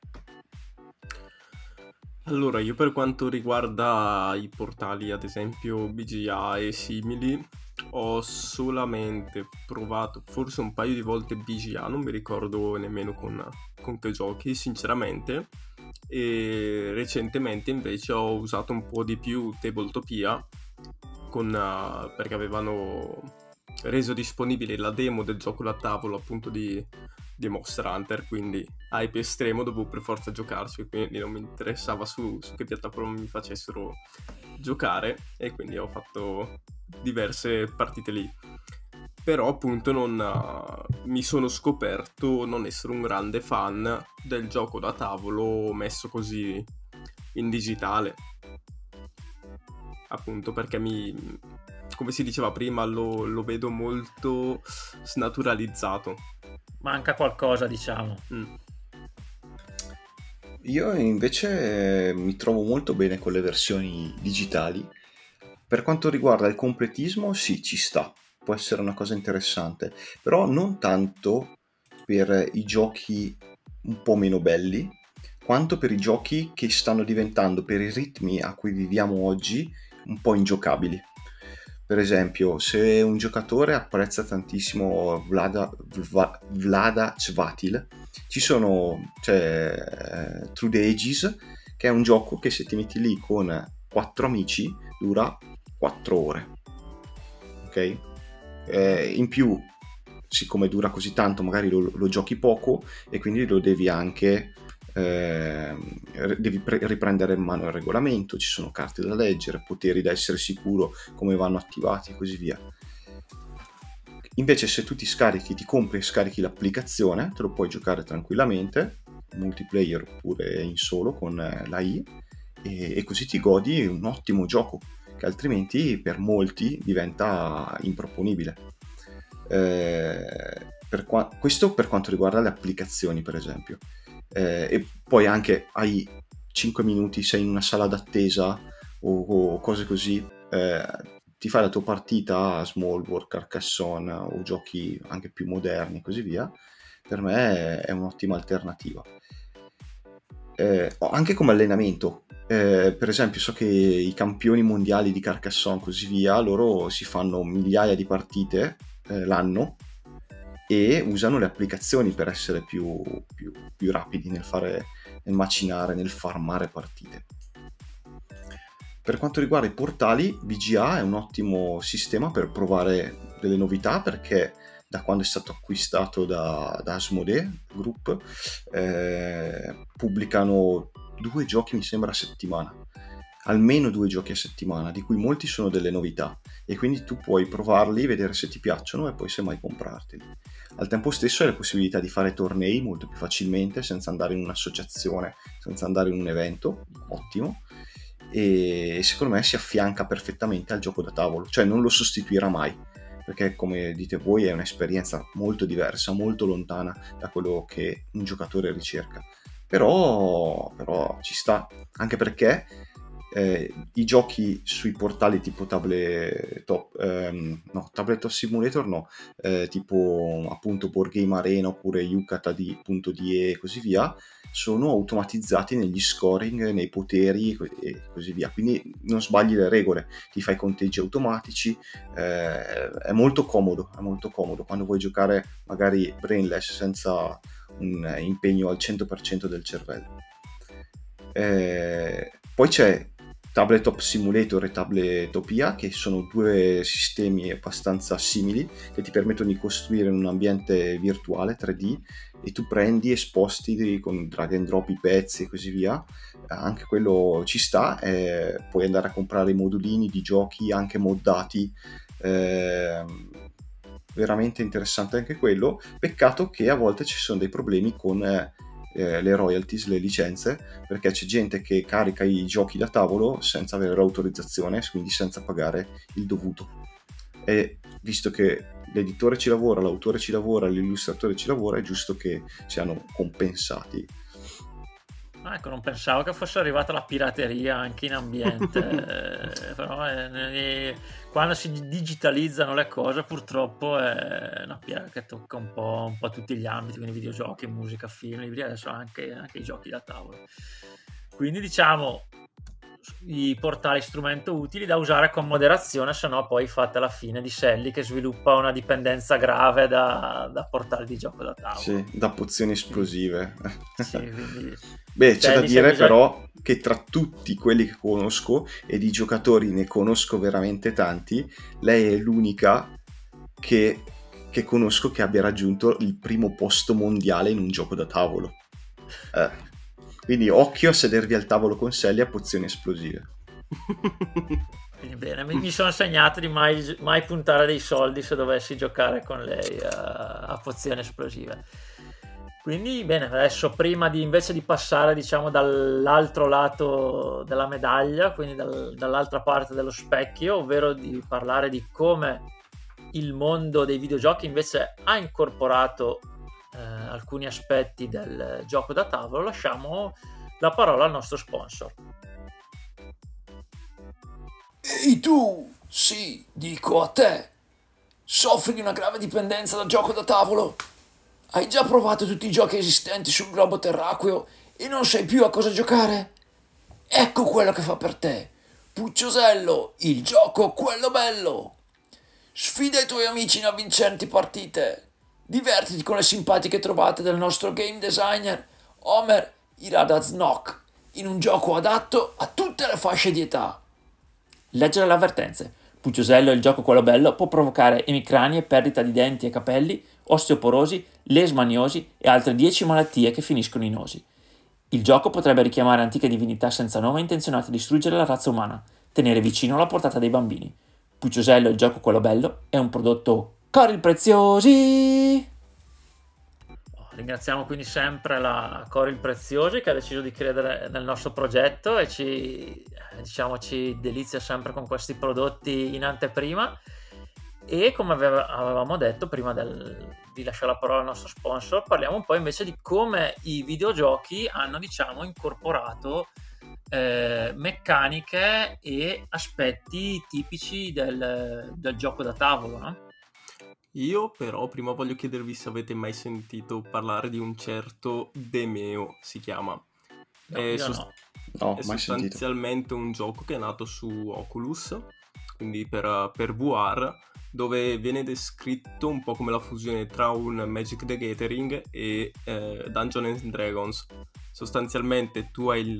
Allora, io per quanto riguarda i portali, ad esempio B G A e simili, ho solamente provato forse un paio di volte B G A, non mi ricordo nemmeno con, con che giochi, sinceramente, e recentemente invece ho usato un po' di più Tabletopia con, uh, perché avevano reso disponibile la demo del gioco da tavolo appunto di, di Monster Hunter, quindi hype estremo, dovevo per forza giocarci, quindi non mi interessava su, su che piattaforma mi facessero giocare, e quindi ho fatto diverse partite lì. Però appunto non uh, mi sono scoperto non essere un grande fan del gioco da tavolo messo così in digitale, appunto perché mi, come si diceva prima, lo, lo vedo molto snaturalizzato. Manca qualcosa, diciamo. Mm. Io invece mi trovo molto bene con le versioni digitali. Per quanto riguarda il completismo, sì, ci sta, può essere una cosa interessante, però non tanto per i giochi un po' meno belli, quanto per i giochi che stanno diventando, per i ritmi a cui viviamo oggi, un po' ingiocabili. Per esempio, se un giocatore apprezza tantissimo Vlada, Vla, Vlada Chvátil, ci sono, c'è uh, Through the Ages, che è un gioco che se ti metti lì con quattro amici dura quattro ore, ok? Eh, in più, siccome dura così tanto, magari lo, lo giochi poco e quindi lo devi anche eh, devi pre- riprendere in mano il regolamento, ci sono carte da leggere, poteri da essere sicuro come vanno attivati e così via. Invece se tu ti scarichi, ti compri e scarichi l'applicazione, te lo puoi giocare tranquillamente, multiplayer oppure in solo con l'A I, e, e così ti godi un ottimo gioco che altrimenti per molti diventa improponibile. Eh, per qua- questo per quanto riguarda le applicazioni, per esempio. Eh, e poi anche hai cinque minuti, sei in una sala d'attesa o, o cose così, eh, ti fai la tua partita a Small World, Carcassonne o giochi anche più moderni e così via. Per me è un'ottima alternativa. Eh, anche come allenamento, eh, per esempio so che i campioni mondiali di Carcassonne così via, loro si fanno migliaia di partite eh, l'anno e usano le applicazioni per essere più, più, più rapidi nel fare, nel macinare, nel farmare partite. Per quanto riguarda i portali, V G A è un ottimo sistema per provare delle novità, perché da quando è stato acquistato da, da Asmodee Group eh, pubblicano due giochi, mi sembra, a settimana, almeno due giochi a settimana, di cui molti sono delle novità, e quindi tu puoi provarli, vedere se ti piacciono e poi semmai comprarteli. Al tempo stesso hai la possibilità di fare tornei molto più facilmente, senza andare in un'associazione, senza andare in un evento, ottimo, e secondo me si affianca perfettamente al gioco da tavolo, cioè non lo sostituirà mai, perché come dite voi è un'esperienza molto diversa, molto lontana da quello che un giocatore ricerca, però, però ci sta, anche perché eh, i giochi sui portali tipo tabletop, ehm, no, tabletop simulator no, eh, tipo appunto Board Game Arena oppure Yucata.de e così via, sono automatizzati negli scoring, nei poteri e così via, quindi non sbagli le regole, ti fai conteggi automatici, eh, è molto comodo, è molto comodo quando vuoi giocare magari brainless, senza un impegno al cento per cento del cervello. Eh, poi c'è Tabletop Simulator e Tabletopia, che sono due sistemi abbastanza simili che ti permettono di costruire un ambiente virtuale tre D e tu prendi e sposti con drag and drop i pezzi e così via. Anche quello ci sta, eh, puoi andare a comprare i modulini di giochi anche moddati, eh, veramente interessante anche quello. Peccato che a volte ci sono dei problemi con eh, Eh, le royalties, le licenze, perché c'è gente che carica i giochi da tavolo senza avere l'autorizzazione, quindi senza pagare il dovuto, e visto che l'editore ci lavora, l'autore ci lavora, l'illustratore ci lavora, è giusto che siano compensati. Ah, ecco, non pensavo che fosse arrivata la pirateria anche in ambiente, eh, però eh, quando si digitalizzano le cose purtroppo è una piaga che tocca un po', un po' tutti gli ambiti, quindi videogiochi, musica, film, libri, adesso anche, anche i giochi da tavolo. Quindi diciamo i portali strumento utili da usare con moderazione, se no poi fate la fine di Sally che sviluppa una dipendenza grave da, da portali di gioco da tavolo. Sì, da pozioni esplosive. Sì, quindi... Beh, c'è da dire bisogno... però che tra tutti quelli che conosco, e di giocatori ne conosco veramente tanti, lei è l'unica che, che conosco che abbia raggiunto il primo posto mondiale in un gioco da tavolo. Eh. Quindi occhio a sedervi al tavolo con Sally a pozioni esplosive. Quindi bene, mi, mi sono segnato di mai, mai puntare dei soldi se dovessi giocare con lei a, a pozioni esplosive. Quindi bene, adesso prima di invece di passare diciamo dall'altro lato della medaglia, quindi dal, dall'altra parte dello specchio, ovvero di parlare di come il mondo dei videogiochi invece ha incorporato Eh, alcuni aspetti del gioco da tavolo, lasciamo la parola al nostro sponsor. Ehi tu, sì, dico a te, soffri di una grave dipendenza dal gioco da tavolo? Hai già provato tutti i giochi esistenti sul globo terracqueo e non sai più a cosa giocare? Ecco quello che fa per te, Pucciosello, il gioco quello bello. Sfida i tuoi amici in avvincenti partite. Divertiti con le simpatiche trovate del nostro game designer Homer Iradatznok in un gioco adatto a tutte le fasce di età. Leggere le avvertenze. Pucciosello, il gioco quello bello, può provocare emicranie, perdita di denti e capelli, osteoporosi, lesmaniosi e altre dieci malattie che finiscono in osi. Il gioco potrebbe richiamare antiche divinità senza nome intenzionate a distruggere la razza umana, tenere vicino alla portata dei bambini. Pucciosello, il gioco quello bello, è un prodotto Coril Preziosi. Ringraziamo quindi sempre la Coril Preziosi che ha deciso di credere nel nostro progetto e ci, diciamo, ci delizia sempre con questi prodotti in anteprima. E come aveva- avevamo detto prima del- di lasciare la parola al nostro sponsor, parliamo un po' invece di come i videogiochi hanno, diciamo, incorporato eh, meccaniche e aspetti tipici del, del gioco da tavolo, no? Io però prima voglio chiedervi se avete mai sentito parlare di un certo Demeo, si chiama. No, È, io sost- no. No, è mai sentito. sostanzialmente un gioco che è nato su Oculus, quindi per, per V R, dove viene descritto un po' come la fusione tra un Magic the Gathering e eh, Dungeons and Dragons. Sostanzialmente tu hai il,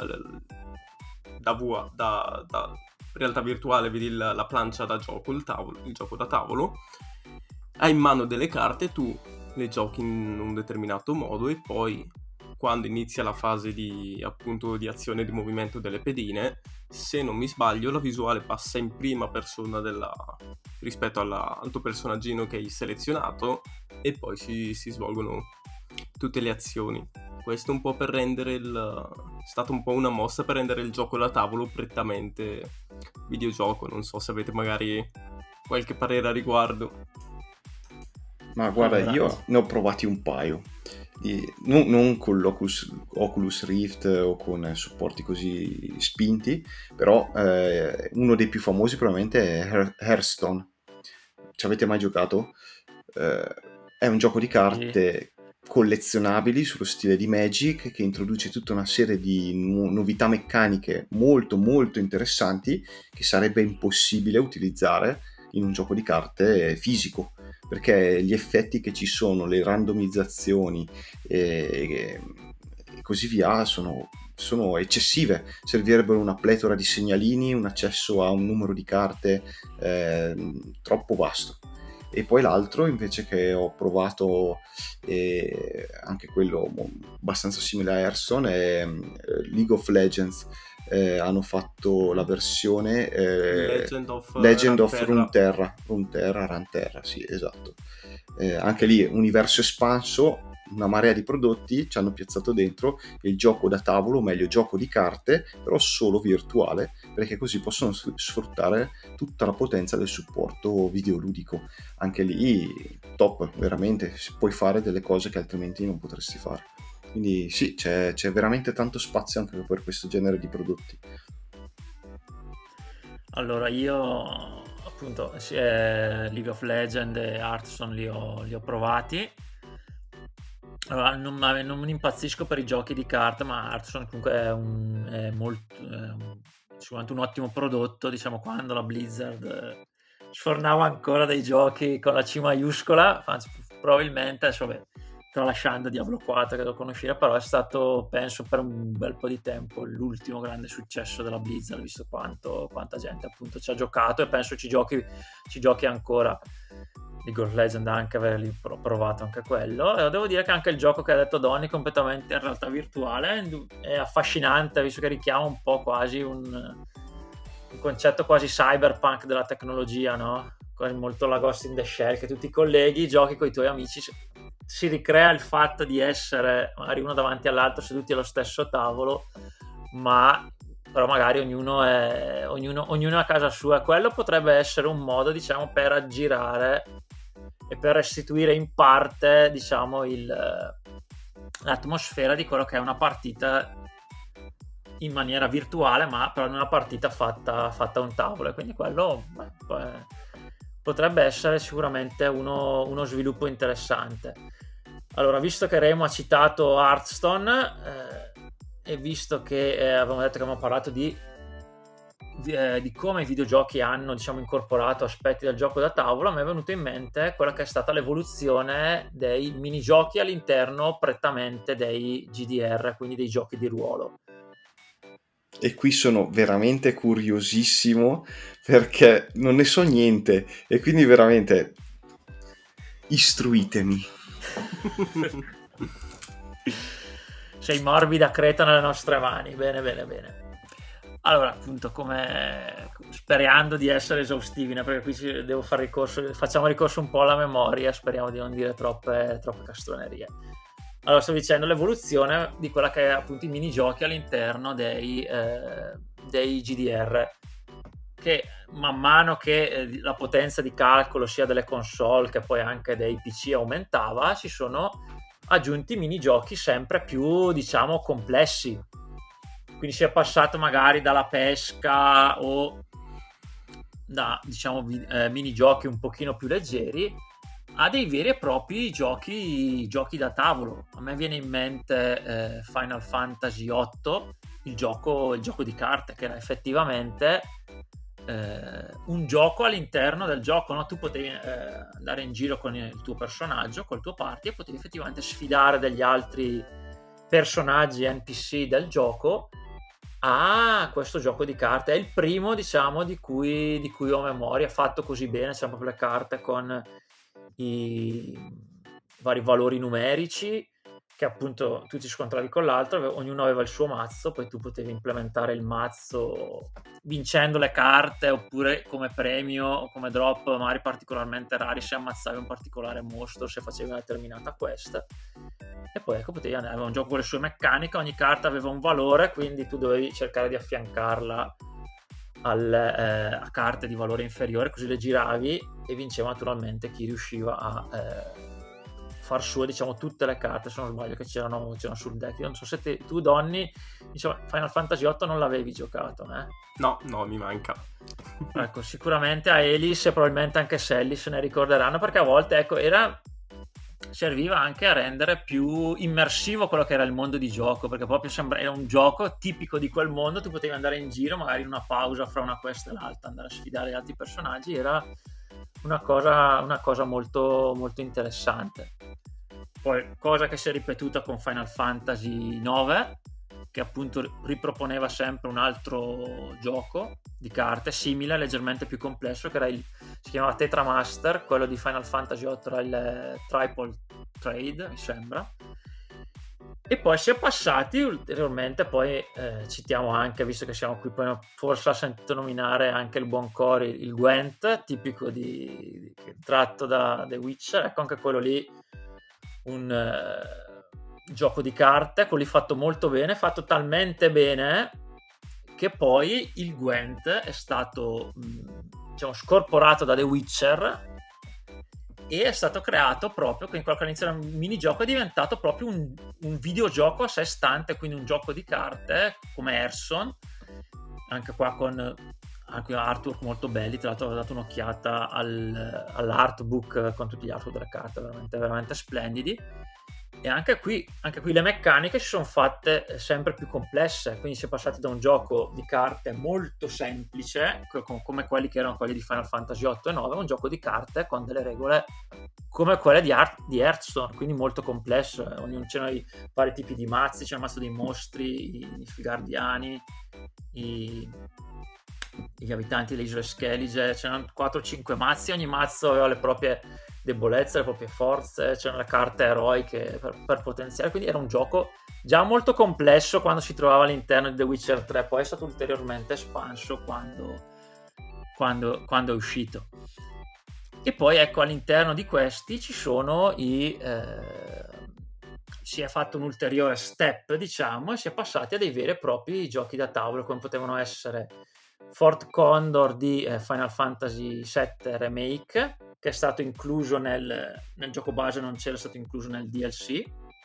da, V R, da, da realtà virtuale, vedi il- la plancia da gioco, il, tavolo, il gioco da tavolo, hai in mano delle carte, tu le giochi in un determinato modo e poi quando inizia la fase di appunto di azione e di movimento delle pedine, se non mi sbaglio la visuale passa in prima persona della, rispetto alla, al tuo personaggino che hai selezionato e poi si, si svolgono tutte le azioni. Questo un po' per rendere il... è stata un po' una mossa per rendere il gioco da tavolo prettamente videogioco. Non so se avete magari qualche parere a riguardo. Ma guarda, Allora, io ne ho provati un paio. Di- non, non con l'Oculus Oculus Rift o con supporti così spinti, però eh, uno dei più famosi probabilmente è Hear- Hearthstone. Ci avete mai giocato? Eh, è un gioco di carte collezionabili sullo stile di Magic che introduce tutta una serie di nu- novità meccaniche molto molto interessanti che sarebbe impossibile utilizzare in un gioco di carte fisico, perché gli effetti che ci sono, le randomizzazioni e, e così via sono, sono eccessive. Servirebbero una pletora di segnalini, un accesso a un numero di carte eh, troppo vasto. E poi l'altro invece che ho provato, eh, anche quello abbastanza simile a Hearthstone, è eh, League of Legends. Eh, hanno fatto la versione eh, Legend of, Legend of Runeterra. Runeterra, Runeterra, Runeterra, sì, esatto. Eh, anche lì universo espanso, una marea di prodotti, ci hanno piazzato dentro il gioco da tavolo, o meglio gioco di carte, però solo virtuale, perché così possono sfruttare tutta la potenza del supporto videoludico. Anche lì top, veramente, puoi fare delle cose che altrimenti non potresti fare. Quindi sì, c'è, c'è veramente tanto spazio anche per questo genere di prodotti. Allora, io appunto sì, eh, League of Legends e Hearthstone li ho, li ho provati. Allora, non, non mi impazzisco per i giochi di carte, ma Hearthstone comunque è, un, è molto, è un, sicuramente un ottimo prodotto, diciamo, quando la Blizzard eh, sfornava ancora dei giochi con la C maiuscola, anzi, probabilmente, adesso vabbè, tralasciando Diablo quattro che lo conosceva, però è stato, penso, per un bel po' di tempo l'ultimo grande successo della Blizzard, visto quanto, quanta gente appunto ci ha giocato e penso ci giochi, ci giochi ancora. League of Legends, anche averli provato anche quello, e devo dire che anche il gioco che ha detto Donny, completamente in realtà virtuale, è affascinante, visto che richiama un po' quasi un, un concetto quasi cyberpunk della tecnologia, no? Quasi molto la Ghost in the Shell, che tu ti colleghi, giochi con i tuoi amici, si ricrea il fatto di essere magari uno davanti all'altro seduti allo stesso tavolo, ma però magari ognuno è, ognuno, ognuno è a casa sua. Quello potrebbe essere un modo, diciamo, per aggirare e per restituire in parte, diciamo, il, l'atmosfera di quello che è una partita in maniera virtuale, ma però in una partita fatta, fatta a un tavolo, e quindi quello beh, potrebbe essere sicuramente uno, uno sviluppo interessante. Allora, visto che Remo ha citato Hearthstone eh, e visto che eh, avevamo detto che abbiamo parlato di, di, eh, di come i videogiochi hanno, diciamo, incorporato aspetti del gioco da tavolo, mi è venuto in mente quella che è stata l'evoluzione dei minigiochi all'interno prettamente dei G D R, quindi dei giochi di ruolo. E qui sono veramente curiosissimo perché non ne so niente e quindi veramente istruitemi. Sei morbida creta nelle nostre mani. Bene, bene, bene. Allora, appunto, come sperando di essere esaustivi, né? Perché qui devo fare ricorso, facciamo ricorso un po' alla memoria, speriamo di non dire troppe, troppe castronerie. Allora, sto dicendo l'evoluzione di quella che è appunto i minigiochi all'interno dei, eh, dei G D R, che man mano che eh, la potenza di calcolo sia delle console che poi anche dei P C aumentava, si sono aggiunti minigiochi sempre più, diciamo, complessi. Quindi si è passato magari dalla pesca o da, diciamo, vi- eh, minigiochi un pochino più leggeri a dei veri e propri giochi, giochi da tavolo. A me viene in mente eh, Final Fantasy otto, il gioco, il gioco di carte, che era effettivamente eh, un gioco all'interno del gioco, no? Tu potevi eh, andare in giro con il tuo personaggio, col tuo party, e potevi effettivamente sfidare degli altri personaggi N P C del gioco a questo gioco di carte. È il primo, diciamo, di cui, di cui ho memoria, fatto così bene. C'erano proprio le carte con i vari valori numerici che appunto tu ti scontravi con l'altro, ave- ognuno aveva il suo mazzo, poi tu potevi implementare il mazzo vincendo le carte, oppure come premio o come drop magari particolarmente rari se ammazzavi un particolare mostro, se facevi una determinata quest. E poi ecco, potevi andare, aveva un gioco con le sue meccaniche, ogni carta aveva un valore, quindi tu dovevi cercare di affiancarla al, eh, a carte di valore inferiore, così le giravi e vinceva naturalmente chi riusciva a eh, far sue, diciamo, tutte le carte, se non sbaglio, che c'erano, c'erano sul deck. Io non so se te, tu Donny, diciamo, Final Fantasy otto non l'avevi giocato, eh? No, no, mi manca. Ecco, sicuramente a Elis e probabilmente anche Sally se ne ricorderanno, perché a volte, ecco, era serviva anche a rendere più immersivo quello che era il mondo di gioco, perché proprio sembra era un gioco tipico di quel mondo. Tu potevi andare in giro, magari in una pausa fra una quest e l'altra, andare a sfidare gli altri personaggi. Era una cosa, una cosa molto, molto interessante. Poi, cosa che si è ripetuta con Final Fantasy nove, che appunto riproponeva sempre un altro gioco di carte simile, leggermente più complesso, che era il, si chiamava Tetra Master. Quello di Final Fantasy otto era il Triple Trade, mi sembra. E poi si è passati ulteriormente, poi eh, citiamo anche, visto che siamo qui, poi forse ha sentito nominare anche il buon Cory, il Gwent, tipico di, di tratto da The Witcher. Ecco, anche quello lì un eh, gioco di carte, quello lì fatto molto bene, fatto talmente bene che poi il Gwent è stato mh, diciamo scorporato da The Witcher e è stato creato proprio, in quello che all'inizio era un minigioco è diventato proprio un, un videogioco a sé stante, quindi un gioco di carte come Hearthstone, anche qua con anche artwork molto belli. Tra l'altro ho dato un'occhiata al, all'artbook con tutti gli artwork delle carte, veramente, veramente splendidi. E anche qui, anche qui le meccaniche si sono fatte sempre più complesse, quindi si è passati da un gioco di carte molto semplice, come quelli che erano quelli di Final Fantasy otto e nove, a un gioco di carte con delle regole come quelle di, Art, di Hearthstone, quindi molto complesso. Ognuno, c'erano i vari tipi di mazzi, c'era il mazzo dei mostri, i Nilfgaardiani, i, gli abitanti delle isole Skellige, c'erano quattro cinque mazzi, ogni mazzo aveva le proprie debolezze, le proprie forze, c'erano le carte eroiche per, per potenziare, quindi era un gioco già molto complesso quando si trovava all'interno di The Witcher tre, poi è stato ulteriormente espanso quando, quando, quando è uscito. E poi ecco, all'interno di questi ci sono i eh, si è fatto un ulteriore step, diciamo, e si è passati a dei veri e propri giochi da tavolo, come potevano essere Fort Condor di eh, Final Fantasy sette Remake, che è stato incluso nel, nel gioco base, non c'era, stato incluso nel D L C,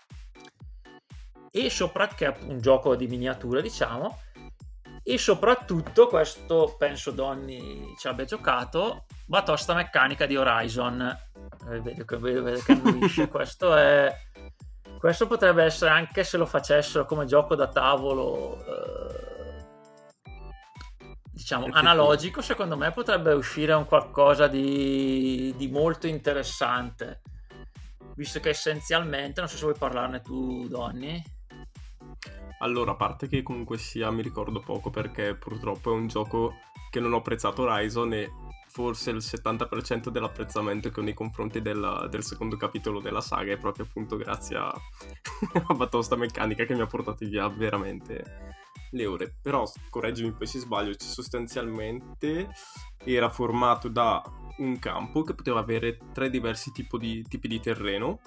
e sopra, che è un gioco di miniature, diciamo, e soprattutto questo penso Donny ci abbia giocato, batosta meccanica di Horizon. Eh, vedo che, vedo, vedo che annuisce. questo è questo potrebbe essere, anche se lo facessero come gioco da tavolo eh, diciamo analogico, secondo me potrebbe uscire un qualcosa di, di molto interessante, visto che essenzialmente, non so se vuoi parlarne tu Donny. Allora, a parte che comunque sia mi ricordo poco, perché purtroppo è un gioco che non ho apprezzato Horizon, e forse il settanta per cento dell'apprezzamento che ho nei confronti del, del secondo capitolo della saga è proprio appunto grazie a, a batosta meccanica che mi ha portato via veramente le ore. Però correggimi poi se sbaglio, sostanzialmente era formato da un campo che poteva avere tre diversi tipi di, tipi di terreno.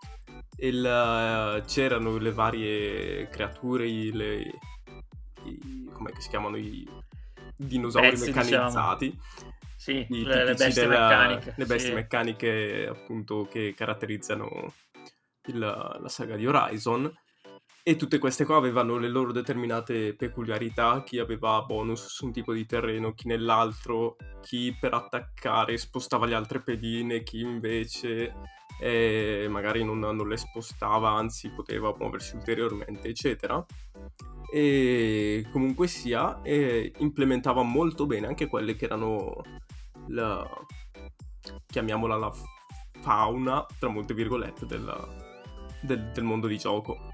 Il, c'erano le varie creature, i, le, i, com'è che si chiamano, i, dinosauri Pezzi, meccanizzati, diciamo. Sì, i le, le tipici bestie della- meccaniche. le bestie sì. meccaniche appunto che caratterizzano il- la saga di Horizon. E tutte queste qua avevano le loro determinate peculiarità, chi aveva bonus su un tipo di terreno, chi nell'altro, chi per attaccare spostava le altre pedine, chi invece eh, magari non, non le spostava, anzi poteva muoversi ulteriormente, eccetera. E comunque sia, eh, implementava molto bene anche quelle che erano la, chiamiamola la fauna, tra molte virgolette, della- del, del mondo di gioco.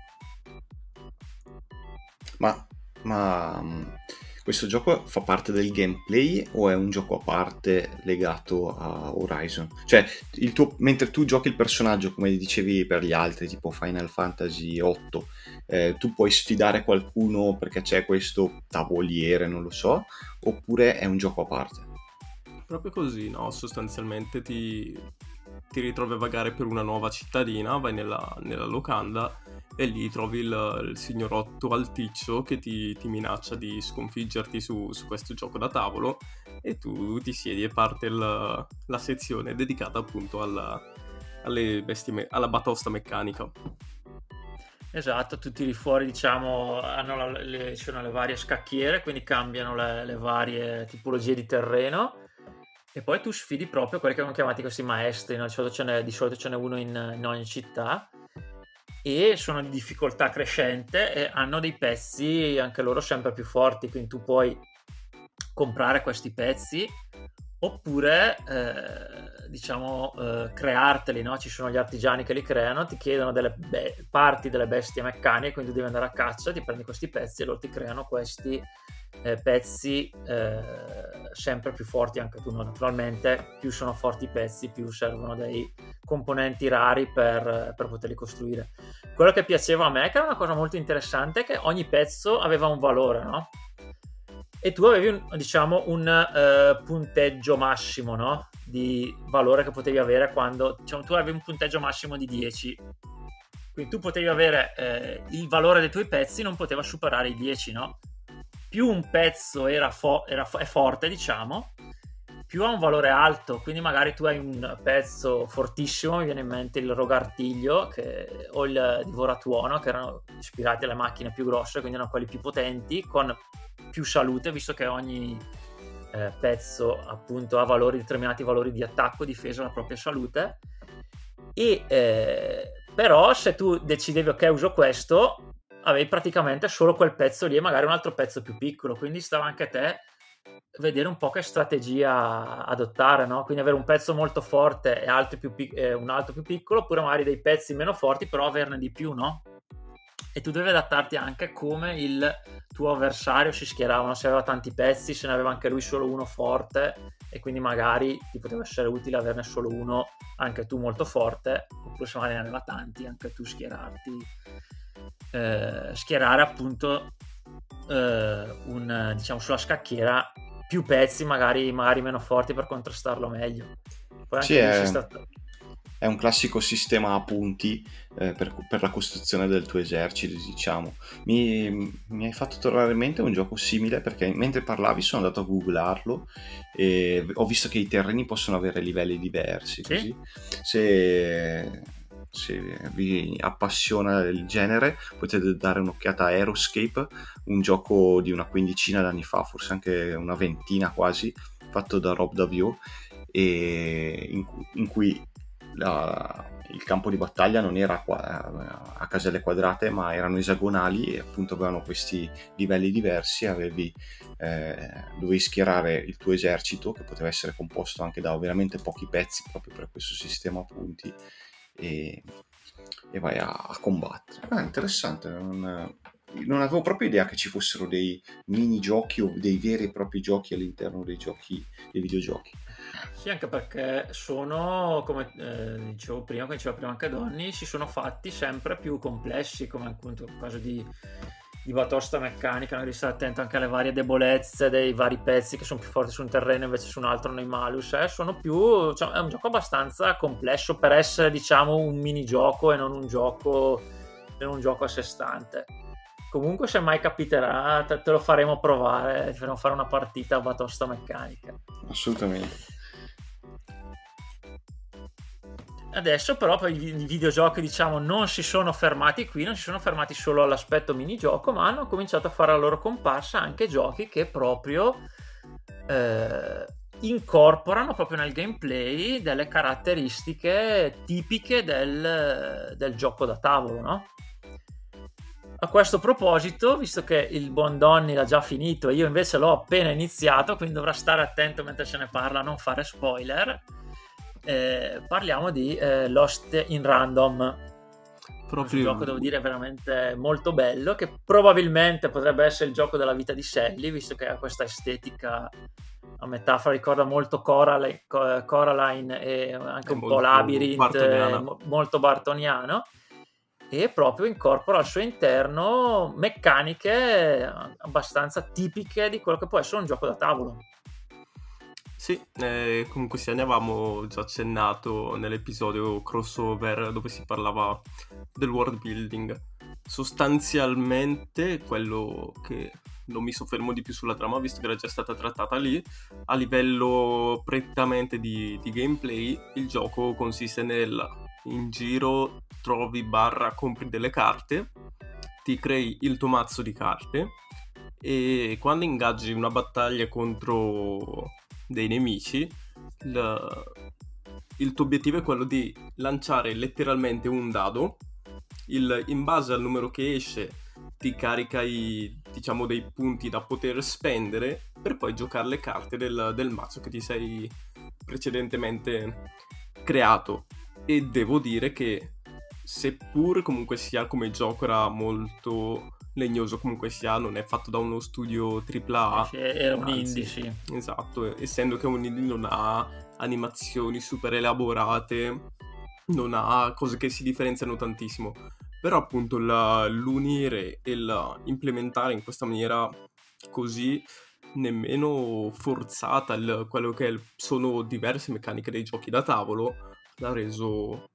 Ma, ma mh, questo gioco fa parte del gameplay o è un gioco a parte legato a Horizon? Cioè, il tuo, mentre tu giochi il personaggio, come dicevi per gli altri, tipo Final Fantasy otto, eh, tu puoi sfidare qualcuno perché c'è questo tavoliere, non lo so, oppure è un gioco a parte? Proprio così, no? Sostanzialmente ti, ti ritrovi a vagare per una nuova cittadina, vai nella, nella locanda e lì trovi il, il signorotto alticcio che ti, ti minaccia di sconfiggerti su, su questo gioco da tavolo, e tu ti siedi e parte il- la sezione dedicata appunto alla, alle bestie me- alla batosta meccanica. Esatto, tu tiri fuori, diciamo, hanno la- le, ci sono le varie scacchiere, quindi cambiano le, le varie tipologie di terreno, e poi tu sfidi proprio quelli che abbiamo chiamati questi maestri, no? Di solito ce n'è, di solito ce n'è uno in, in ogni città, e sono di difficoltà crescente e hanno dei pezzi anche loro sempre più forti, quindi tu puoi comprare questi pezzi oppure eh, diciamo eh, crearteli, no? Ci sono gli artigiani che li creano, ti chiedono delle be- parti delle bestie meccaniche, quindi tu devi andare a caccia, ti prendi questi pezzi e loro ti creano questi eh, pezzi eh, sempre più forti anche tu, no? Naturalmente più sono forti i pezzi più servono dei componenti rari per, per poterli costruire. Quello che piaceva a me, che era una cosa molto interessante, è che ogni pezzo aveva un valore, no? E tu avevi un, diciamo un eh, punteggio massimo, no? Di valore che potevi avere quando, diciamo, tu avevi un punteggio massimo di dieci, quindi tu potevi avere eh, il valore dei tuoi pezzi non poteva superare i dieci, no? Più un pezzo era, fo- era fo- è forte, diciamo, più ha un valore alto, quindi magari tu hai un pezzo fortissimo, mi viene in mente il rogartiglio che, o il divoratuono, che erano ispirati alle macchine più grosse, quindi erano quelli più potenti, con più salute, visto che ogni eh, pezzo appunto ha valori, determinati valori di attacco, difesa, la propria salute. E eh, però se tu decidevi ok, uso questo, avevi praticamente solo quel pezzo lì e magari un altro pezzo più piccolo, quindi stava anche a te vedere un po' che strategia adottare, no? Quindi avere un pezzo molto forte e altri più pic- eh, un altro più piccolo, oppure magari dei pezzi meno forti però averne di più, no? E tu devi adattarti anche come il tuo avversario si schierava, se aveva tanti pezzi, se ne aveva anche lui solo uno forte, e quindi magari ti poteva essere utile averne solo uno anche tu molto forte, oppure se magari ne aveva tanti anche tu schierarti eh, schierare appunto eh, un, diciamo, sulla scacchiera più pezzi magari, magari meno forti per contrastarlo meglio. Poi anche Sì, lì si è, sta... è un classico sistema a punti eh, per, per la costruzione del tuo esercito, diciamo. Mi, mi hai fatto tornare in mente un gioco simile perché mentre parlavi sono andato a googlarlo e ho visto che i terreni possono avere livelli diversi, Sì? così. Se, se vi appassiona il genere potete dare un'occhiata a Aeroscape, un gioco di una quindicina d'anni fa, forse anche una ventina quasi, fatto da Rob Davio, e in, cu- in cui la- il campo di battaglia non era qua- a caselle quadrate ma erano esagonali e appunto avevano questi livelli diversi, avevi, eh, dovevi schierare il tuo esercito che poteva essere composto anche da veramente pochi pezzi proprio per questo sistema a punti e, e vai a, a combattere. Ah, interessante, non, non avevo proprio idea che ci fossero dei minigiochi o dei veri e propri giochi all'interno dei giochi, dei videogiochi. Sì, anche perché sono, come eh, dicevo prima, come diceva prima anche Donny, si sono fatti sempre più complessi, come appunto il caso di, di batosta meccanica, no? Devi stare attento anche alle varie debolezze dei vari pezzi che sono più forti su un terreno invece su un altro nei malus, eh? Sono più, cioè, è un gioco abbastanza complesso per essere, diciamo, un minigioco e non un gioco, non un gioco a sé stante. Comunque se mai capiterà te, te lo faremo provare, ti faremo fare una partita a batosta meccanica. Assolutamente. Adesso però poi i videogiochi, diciamo, non si sono fermati qui, non si sono fermati solo all'aspetto minigioco, ma hanno cominciato a fare la loro comparsa anche giochi che proprio eh, incorporano proprio nel gameplay delle caratteristiche tipiche del, del gioco da tavolo, no? A questo proposito, visto che il buon Donny l'ha già finito e io invece l'ho appena iniziato, quindi dovrà stare attento mentre se ne parla a non fare spoiler, eh, parliamo di eh, Lost in Random. Proprio un gioco, devo dire, veramente molto bello, che probabilmente potrebbe essere il gioco della vita di Sally, visto che ha questa estetica, a metafora ricorda molto Coraline, Coraline e anche È un molto po' Labyrinth, bartoniana. eh, molto bartoniano, e proprio incorpora al suo interno meccaniche abbastanza tipiche di quello che può essere un gioco da tavolo. Sì, eh, comunque sì, ne avevamo già accennato nell'episodio crossover dove si parlava del world building. Sostanzialmente quello che non mi soffermo di più sulla trama, visto che era già stata trattata lì, a livello prettamente di, di gameplay, il gioco consiste nel in giro trovi barra compri delle carte, ti crei il tuo mazzo di carte e quando ingaggi una battaglia contro dei nemici, il, il tuo obiettivo è quello di lanciare letteralmente un dado, il, in base al numero che esce ti carica i, diciamo, dei punti da poter spendere per poi giocare le carte del, del mazzo che ti sei precedentemente creato. E devo dire che seppur comunque sia come gioco era molto legnoso, comunque sia non è fatto da uno studio tripla A, era un anzi, indie, sì. Esatto, essendo che un indie non ha animazioni super elaborate, non ha cose che si differenziano tantissimo, però appunto la, l'unire e la implementare in questa maniera così nemmeno forzata il, quello che è, sono diverse meccaniche dei giochi da tavolo, l'ha reso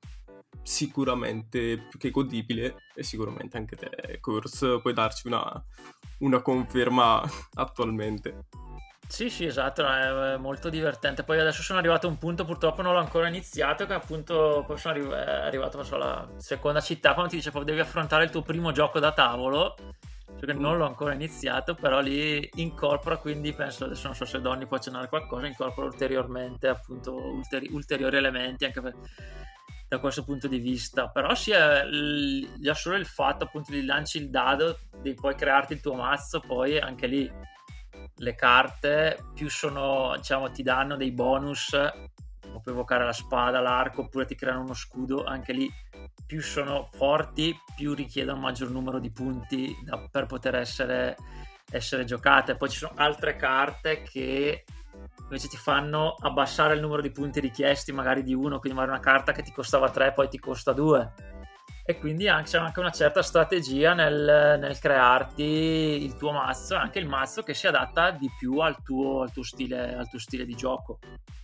sicuramente più che godibile, e sicuramente anche te, Kurs, puoi darci una, una conferma attualmente. Sì, sì, esatto, è molto divertente. Poi adesso sono arrivato a un punto, purtroppo non l'ho ancora iniziato, che appunto poi sono arri- arrivato verso la seconda città, quando ti dice poi devi affrontare il tuo primo gioco da tavolo, cioè che non l'ho ancora iniziato, però lì incorpora, quindi penso, adesso non so se Donny può accennare qualcosa, incorpora ulteriormente appunto ulteri- ulteriori elementi anche per, da questo punto di vista. Però sì, è il, già solo il fatto appunto di lanci il dado, di poi crearti il tuo mazzo, poi anche lì le carte più sono, diciamo, ti danno dei bonus, o puoi evocare la spada, l'arco, oppure ti creano uno scudo, anche lì più sono forti, più richiedono un maggior numero di punti da, per poter essere, essere giocate. Poi ci sono altre carte che invece ti fanno abbassare il numero di punti richiesti magari di uno, quindi magari una carta che ti costava tre poi ti costa due, e quindi anche, c'è anche una certa strategia nel, nel crearti il tuo mazzo, e anche il mazzo che si adatta di più al tuo, al tuo stile, al tuo stile di gioco.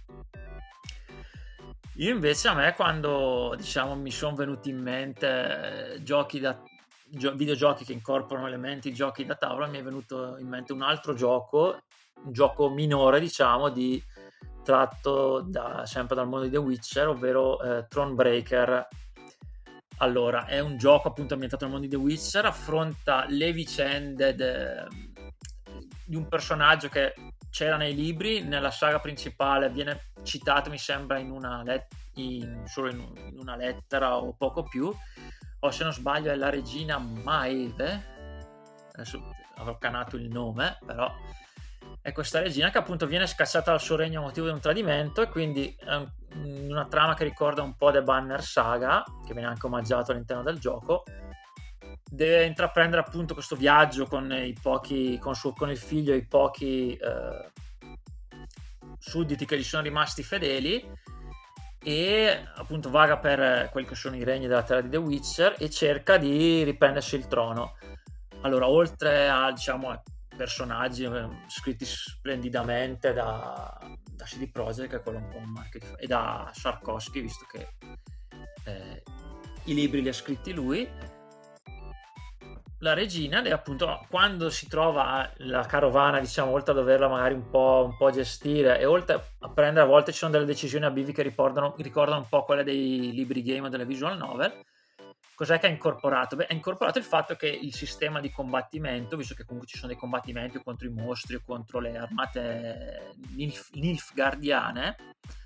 Io invece, a me, quando diciamo mi sono venuti in mente eh, giochi da gio- videogiochi che incorporano elementi giochi da tavola, mi è venuto in mente un altro gioco, un gioco minore, diciamo, di tratto da, sempre dal mondo di The Witcher, ovvero eh, Thronebreaker. Allora, è un gioco appunto ambientato nel mondo di The Witcher, affronta le vicende de... di un personaggio che c'era nei libri, nella saga principale viene citato, mi sembra, in una let- in, solo in, un, in una lettera o poco più, o se non sbaglio è la regina Maeve, adesso avrò canato il nome, però è questa regina che appunto viene scacciata dal suo regno a motivo di un tradimento, e quindi è un, una trama che ricorda un po' The Banner Saga, che viene anche omaggiato all'interno del gioco. Deve intraprendere appunto questo viaggio con i pochi, con, suo, con il figlio e i pochi eh, sudditi che gli sono rimasti fedeli, e appunto vaga per quelli che sono i regni della terra di The Witcher e cerca di riprendersi il trono. Allora, oltre a, diciamo, a personaggi eh, scritti splendidamente da, da C D Projekt, che è quello un po' un marchio di, e da Sarkovsky, visto che eh, i libri li ha scritti lui, la regina, e appunto quando si trova la carovana, diciamo, oltre a doverla magari un po', un po' gestire e oltre a prendere, a volte ci sono delle decisioni abivi che ricordano, ricordano un po' quelle dei libri game o delle visual novel. Cos'è che ha incorporato? Beh, ha incorporato il fatto che il sistema di combattimento, visto che comunque ci sono dei combattimenti contro i mostri o contro le armate Nilf, Nilfgaardiane,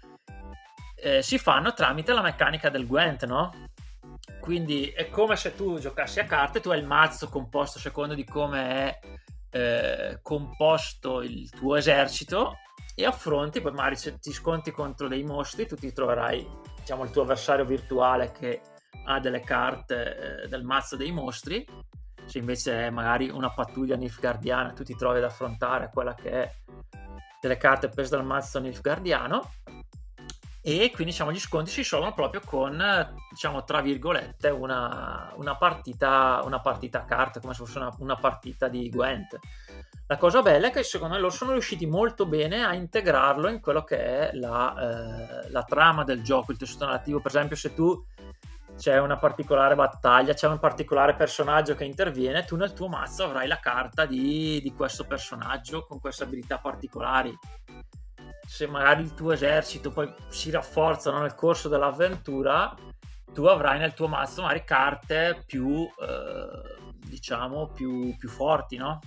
eh, si fanno tramite la meccanica del Gwent, no? Quindi è come se tu giocassi a carte, tu hai il mazzo composto secondo di come è eh, composto il tuo esercito e affronti, poi magari se ti sconti contro dei mostri, tu ti troverai, diciamo, il tuo avversario virtuale che ha delle carte eh, del mazzo dei mostri. Se invece è magari una pattuglia nilfgaardiana, tu ti trovi ad affrontare quella che è delle carte prese dal mazzo nilfgaardiano. E quindi, diciamo, gli sconti si risolvono proprio con, diciamo, tra virgolette, una, una partita una partita a carte, come se fosse una, una partita di Gwent. La cosa bella è che secondo me loro sono riusciti molto bene a integrarlo in quello che è la, eh, la trama del gioco, il tessuto narrativo. Per esempio, se tu c'è una particolare battaglia, c'è un particolare personaggio che interviene, tu nel tuo mazzo avrai la carta di, di questo personaggio con queste abilità particolari. Se magari il tuo esercito poi si rafforzano nel corso dell'avventura, tu avrai nel tuo mazzo magari carte più eh, diciamo più, più forti, no?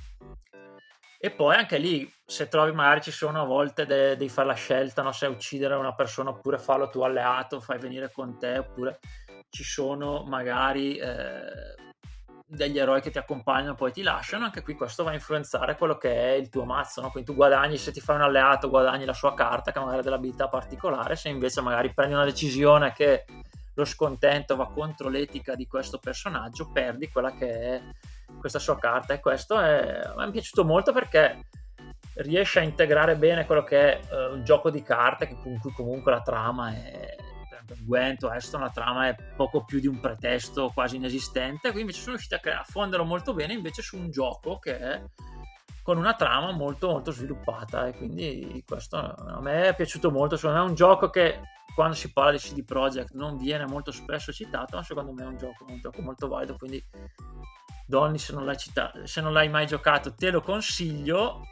E poi anche lì, se trovi, magari ci sono a volte de- devi fare la scelta, no? Se uccidere una persona oppure farlo tuo alleato, fai venire con te, oppure ci sono magari eh, degli eroi che ti accompagnano poi ti lasciano. Anche qui questo va a influenzare quello che è il tuo mazzo, no? Quindi tu guadagni, se ti fai un alleato guadagni la sua carta che magari ha dell'abilità particolare, se invece magari prendi una decisione che lo scontento va contro l'etica di questo personaggio, perdi quella che è questa sua carta. E questo è, mi è piaciuto molto perché riesce a integrare bene quello che è uh, un gioco di carte che, con cui comunque la trama è, Gwent o Hearthstone, la trama è poco più di un pretesto quasi inesistente. Qui invece sono riusciti a, cre- a fonderlo molto bene invece su un gioco che è con una trama molto molto sviluppata, e quindi questo a me è piaciuto molto. Secondo me è un gioco che quando si parla di C D Projekt non viene molto spesso citato, ma secondo me è un gioco, un gioco molto valido. Quindi Donny, se non l'hai citato, se non l'hai mai giocato, te lo consiglio.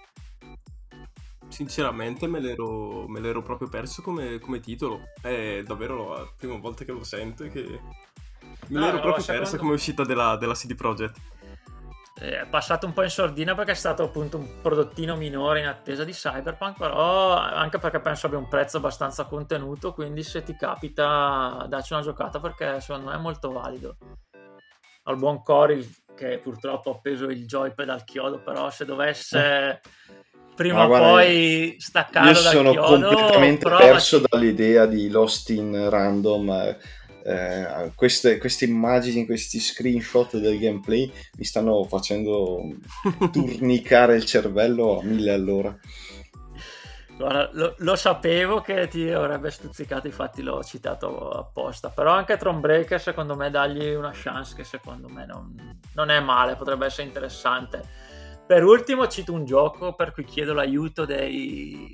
Sinceramente me l'ero, me l'ero proprio perso come, come titolo. È davvero la prima volta che lo sento e che me No, l'ero no, proprio secondo- persa come uscita della, della C D Projekt. È passato un po' in sordina perché è stato appunto un prodottino minore in attesa di Cyberpunk, però anche perché penso abbia un prezzo abbastanza contenuto, quindi se ti capita dacci una giocata perché secondo me è molto valido. Al buon Cory, che purtroppo ha appeso il joypad al chiodo, però se dovesse prima Ma o guarda, poi staccarlo io dal sono chiodo, completamente provaci. perso dall'idea di Lost in Random. eh, eh, queste, queste immagini, questi screenshot del gameplay mi stanno facendo turnicare il cervello a mille all'ora. Guarda, lo, lo sapevo che ti avrebbe stuzzicato, infatti l'ho citato apposta. Però anche Thronebreaker, secondo me, dagli una chance che secondo me non, non è male, potrebbe essere interessante. Per ultimo cito un gioco per cui chiedo l'aiuto dei,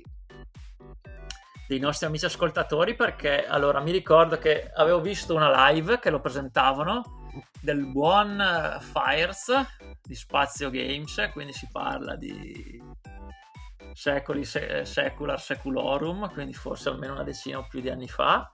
dei nostri amici ascoltatori, perché allora mi ricordo che avevo visto una live che lo presentavano del buon Fires di Spazio Games, quindi si parla di secoli, se- secular seculorum, quindi forse almeno una decina o più di anni fa,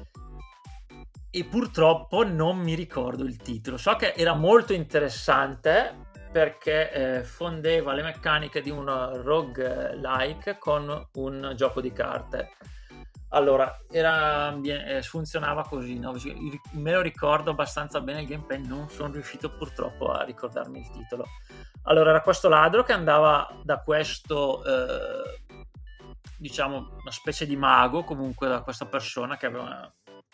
e purtroppo non mi ricordo il titolo. So che era molto interessante perché eh, fondeva le meccaniche di un roguelike con un gioco di carte. Allora, era, eh, funzionava così, no? Me lo ricordo abbastanza bene il gameplay, non sono riuscito purtroppo a ricordarmi il titolo. Allora, era questo ladro che andava da questo, eh, diciamo, una specie di mago, comunque da questa persona che aveva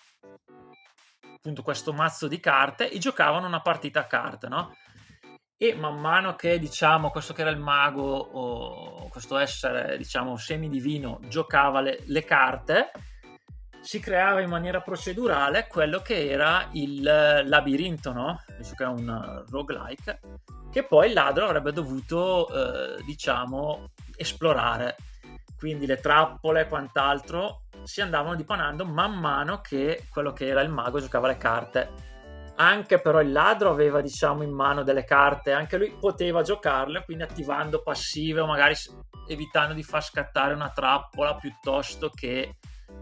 appunto questo mazzo di carte, e giocavano una partita a carte, no? E man mano che, diciamo, questo che era il mago o questo essere, diciamo, semidivino giocava le, le carte, si creava in maniera procedurale quello che era il labirinto, no? Visto che è un roguelike, che poi il ladro avrebbe dovuto, eh, diciamo, esplorare. Quindi le trappole e quant'altro si andavano dipanando man mano che quello che era il mago giocava le carte. anche però il ladro aveva, diciamo, in mano delle carte, anche lui poteva giocarle, quindi attivando passive o magari evitando di far scattare una trappola, piuttosto che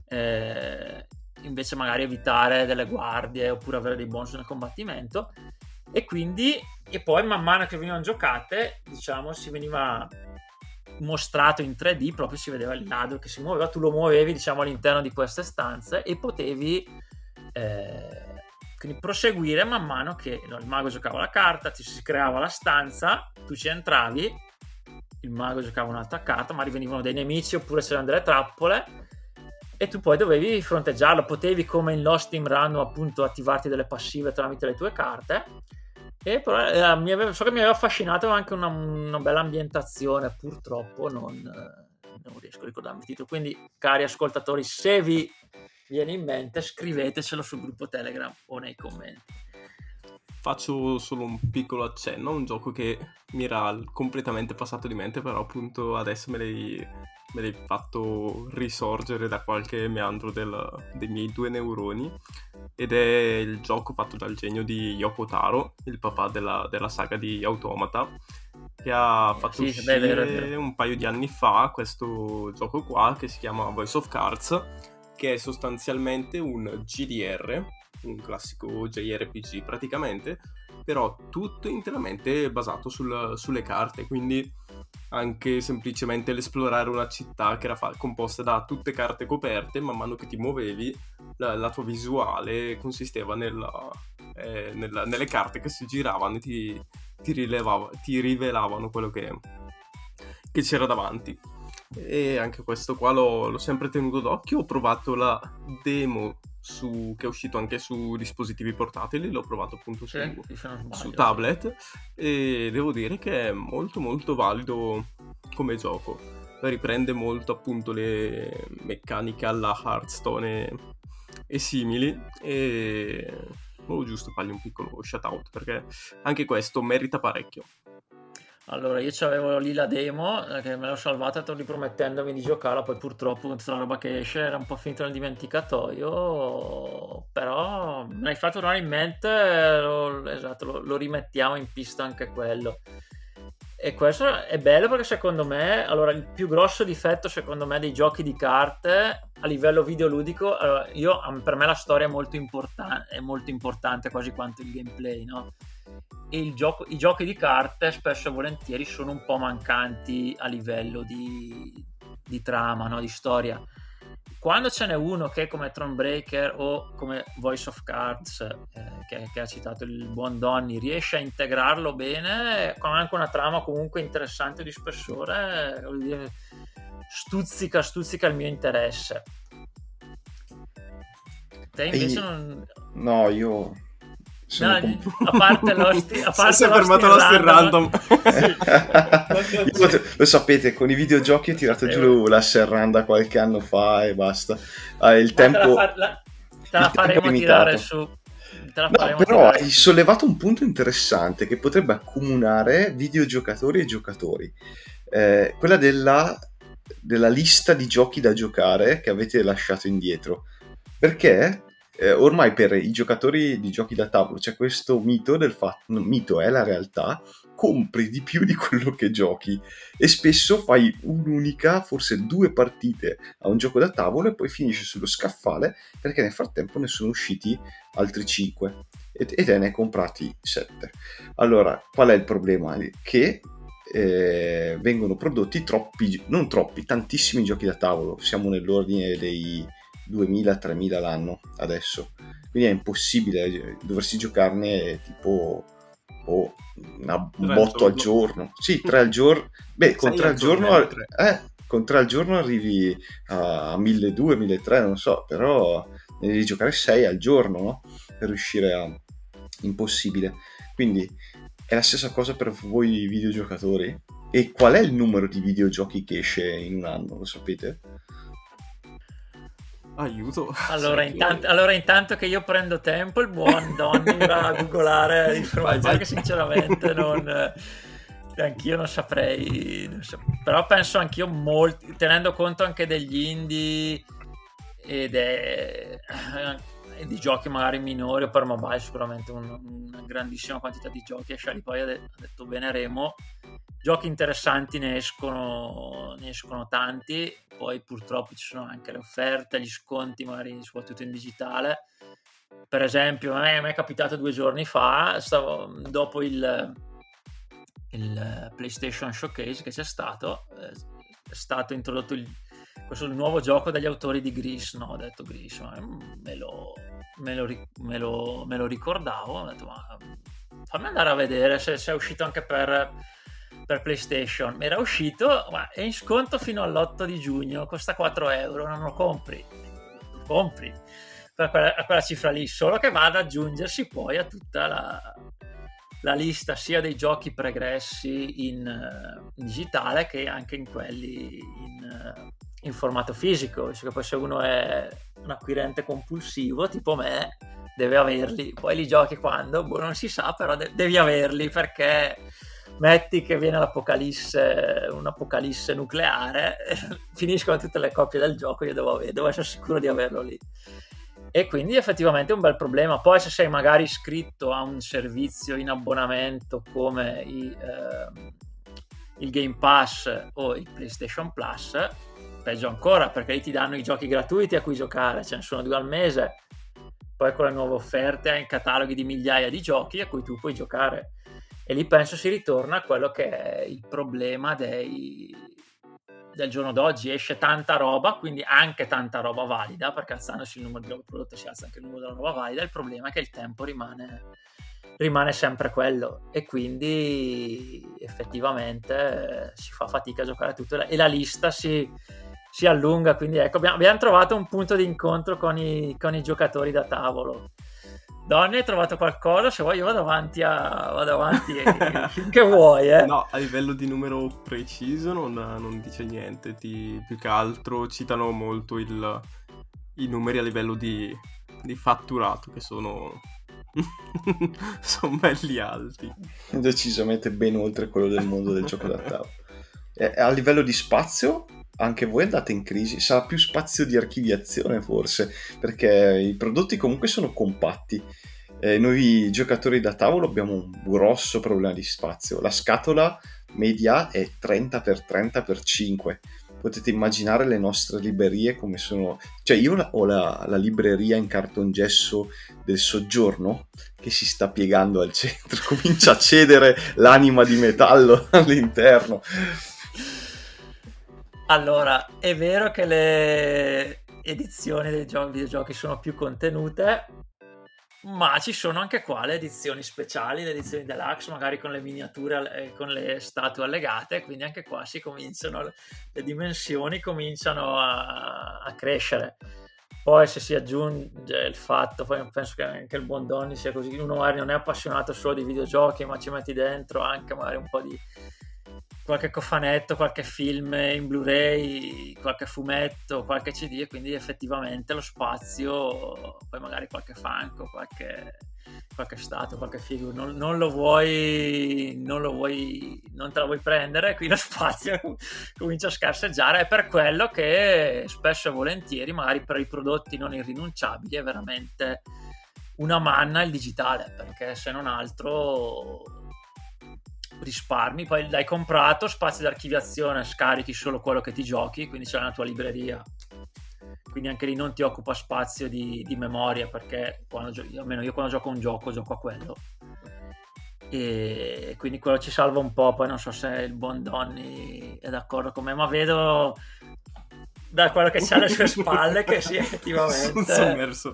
eh, invece magari evitare delle guardie oppure avere dei bonus nel combattimento. E quindi, e poi man mano che venivano giocate, diciamo, si veniva mostrato in tre D, proprio si vedeva il ladro che si muoveva, tu lo muovevi, diciamo, all'interno di queste stanze e potevi eh, quindi proseguire man mano che no, il mago giocava la carta, ti si creava la stanza, tu ci entravi, il mago giocava un'altra carta, magari venivano dei nemici oppure c'erano delle trappole e tu poi dovevi fronteggiarlo. Potevi, come in Lost in Random, appunto attivarti delle passive tramite le tue carte. E però eh, mi aveva, so che mi aveva affascinato anche una, una bella ambientazione, purtroppo non, eh, non riesco a ricordarmi il titolo, quindi cari ascoltatori, se vi viene in mente scrivetecelo sul gruppo Telegram o nei commenti. Faccio solo un piccolo accenno a un gioco che mi era completamente passato di mente, però appunto adesso me l'hai, me l'hai fatto risorgere da qualche meandro del, dei miei due neuroni, ed è il gioco fatto dal genio di Yoko Taro, il papà della, della saga di Automata, che ha fatto sì, uscire beh, vero, vero. un paio di anni fa questo gioco qua che si chiama Voice of Cards, che è sostanzialmente un G D R, un classico J R P G praticamente, però tutto interamente basato sul, sulle carte, quindi anche semplicemente l'esplorare una città che era fa- composta da tutte carte coperte, man mano che ti muovevi la, la tua visuale consisteva nella, eh, nella, nelle carte che si giravano e ti, ti, rilevava, ti rivelavano quello che, che c'era davanti. E anche questo qua l'ho, l'ho sempre tenuto d'occhio. Ho provato la demo su, che è uscito anche su dispositivi portatili, l'ho provato appunto su, Sì, se non sbaglio, su sì. tablet, e devo dire che è molto molto valido come gioco. Riprende molto appunto le meccaniche alla Hearthstone e, e simili, e volevo giusto fargli un piccolo shout out perché anche questo merita parecchio. Allora, io c'avevo lì la demo, eh, che me l'ho salvata ripromettendomi di giocarla, poi purtroppo con tutta la roba che esce era un po' finito nel dimenticatoio, però me l'hai fatto tornare in mente, lo, esatto, lo, lo rimettiamo in pista anche quello. E questo è bello perché secondo me, allora, il più grosso difetto secondo me dei giochi di carte a livello videoludico, allora, io, per me la storia è molto, importan- è molto importante, quasi quanto il gameplay, no? E il gioco, i giochi di carte spesso e volentieri sono un po' mancanti a livello di, di trama, no? Di storia. Quando ce n'è uno che come Thronebreaker o come Voice of Cards, eh, che, che ha citato il buon Donny, riesce a integrarlo bene con anche una trama comunque interessante di spessore, vuol dire, stuzzica stuzzica il mio interesse. Te invece E... non... no, io sono No, comp- a parte Lost, a parte si è fermato Lost in Random. Io, lo sapete, con i videogiochi ho tirato giù la serranda qualche anno fa e basta. Ah, il Ma tempo te la, fa- la, te la faremo tirare su. Te la No, faremo però tirare hai su. sollevato un punto interessante che potrebbe accomunare videogiocatori e giocatori. Eh, quella della, della lista di giochi da giocare che avete lasciato indietro. Perché eh, ormai per i giocatori di giochi da tavolo c'è questo mito del fatto, no, mito è la realtà, compri di più di quello che giochi e spesso fai un'unica, forse due partite a un gioco da tavolo e poi finisci sullo scaffale perché nel frattempo ne sono usciti altri cinque e te ne hai comprati sette. Allora, qual è il problema? Che eh, vengono prodotti troppi, non troppi, tantissimi giochi da tavolo, siamo nell'ordine dei duemila tremila l'anno adesso, quindi è impossibile, doversi giocarne tipo oh, una, un botto al giorno, sì, tre al giorno, beh, con tre al giorno, eh, con tre al giorno arrivi a milleduecento milletrecento, non so, però ne devi giocare sei al giorno, no? Per riuscire a... impossibile. Quindi è la stessa cosa per voi videogiocatori? E qual è il numero di videogiochi che esce in un anno, lo sapete? Aiuto. Allora intanto, allora intanto che io prendo tempo, il buon Donny va a googolare l'informazione che sinceramente non... anch'io non saprei, non so, però penso anch'io molti, tenendo conto anche degli indie ed è e di giochi magari minori, o per mobile sicuramente un, una grandissima quantità di giochi. E Sciali poi ha, de- ha detto bene Remo, giochi interessanti ne escono, ne escono tanti, poi purtroppo ci sono anche le offerte, gli sconti magari soprattutto in digitale. Per esempio a me, a me è capitato due giorni fa, stavo, dopo il, il PlayStation Showcase che c'è stato, eh, è stato introdotto il, questo nuovo gioco dagli autori di Gris, no? Ho detto Gris, ma me lo, me lo, me lo, me lo ricordavo, ho detto ma fammi andare a vedere se, se è uscito anche per, per PlayStation. Mi era uscito, ma è in sconto fino all'otto di giugno, costa quattro euro, non lo compri, lo compri per quella, a quella cifra lì, solo che va ad aggiungersi poi a tutta la, la lista sia dei giochi pregressi in uh, digitale che anche in quelli in, uh, in formato fisico, visto che poi se uno è un acquirente compulsivo tipo me deve averli, poi li giochi quando? Boh, non si sa, però de- devi averli, perché metti che viene l'apocalisse, un'apocalisse nucleare, finiscono tutte le copie del gioco, io devo, devo essere sicuro di averlo lì. E quindi effettivamente è un bel problema. Poi se sei magari iscritto a un servizio in abbonamento come i, eh, il Game Pass o il PlayStation Plus, peggio ancora, perché lì ti danno i giochi gratuiti a cui giocare, ce ne sono due al mese, poi con le nuove offerte hai cataloghi di migliaia di giochi a cui tu puoi giocare, e lì penso si ritorna a quello che è il problema dei del giorno d'oggi. Esce tanta roba, quindi anche tanta roba valida, perché alzandosi il numero di roba prodotta si alza anche il numero della roba valida. Il problema è che il tempo rimane rimane sempre quello, e quindi effettivamente si fa fatica a giocare a tutto e la lista si, si allunga. Quindi ecco, abbiamo, abbiamo trovato un punto di incontro con i, con i giocatori da tavolo. Donne, hai trovato qualcosa? Se vuoi io vado avanti a vado avanti finché vuoi, eh. No, a livello di numero preciso non, non dice niente. Ti, più che altro citano molto il, i numeri a livello di, di fatturato, che sono sono belli alti, decisamente ben oltre quello del mondo del gioco da tavolo. E a livello di spazio anche voi andate in crisi, sarà più spazio di archiviazione forse, perché i prodotti comunque sono compatti. Eh, noi giocatori da tavolo abbiamo un grosso problema di spazio. La scatola media è trenta per trenta per cinque. Potete immaginare le nostre librerie come sono. Cioè io la, ho la, la libreria in cartongesso del Soggiorno che si sta piegando al centro, comincia a cedere l'anima di metallo all'interno. Allora, è vero che le edizioni dei giochi, videogiochi sono più contenute, ma ci sono anche qua le edizioni speciali, le edizioni deluxe, magari con le miniature e con le statue allegate, quindi anche qua si cominciano, le dimensioni cominciano a, a crescere. Poi se si aggiunge il fatto, poi penso che anche il buon Donny sia così, uno magari non è appassionato solo di videogiochi, ma ci metti dentro anche magari un po' di qualche cofanetto, qualche film in Blu-ray, qualche fumetto, qualche C D, e quindi effettivamente lo spazio, poi magari qualche Funko, qualche, qualche statua, qualche figura, non, non lo vuoi, non lo vuoi, non te la vuoi prendere, qui lo spazio comincia a scarseggiare. È per quello che spesso e volentieri, magari per i prodotti non irrinunciabili, è veramente una manna il digitale, perché se non altro risparmi. Poi l'hai comprato, spazio di archiviazione, scarichi solo quello che ti giochi, quindi c'è la tua libreria, quindi anche lì non ti occupa spazio di, di memoria, perché quando gio- almeno io quando gioco un gioco gioco a quello, e quindi quello ci salva un po'. Poi non so se il buon Donny è d'accordo con me, ma vedo da quello che c'ha alle sue spalle che sì, effettivamente sommerso.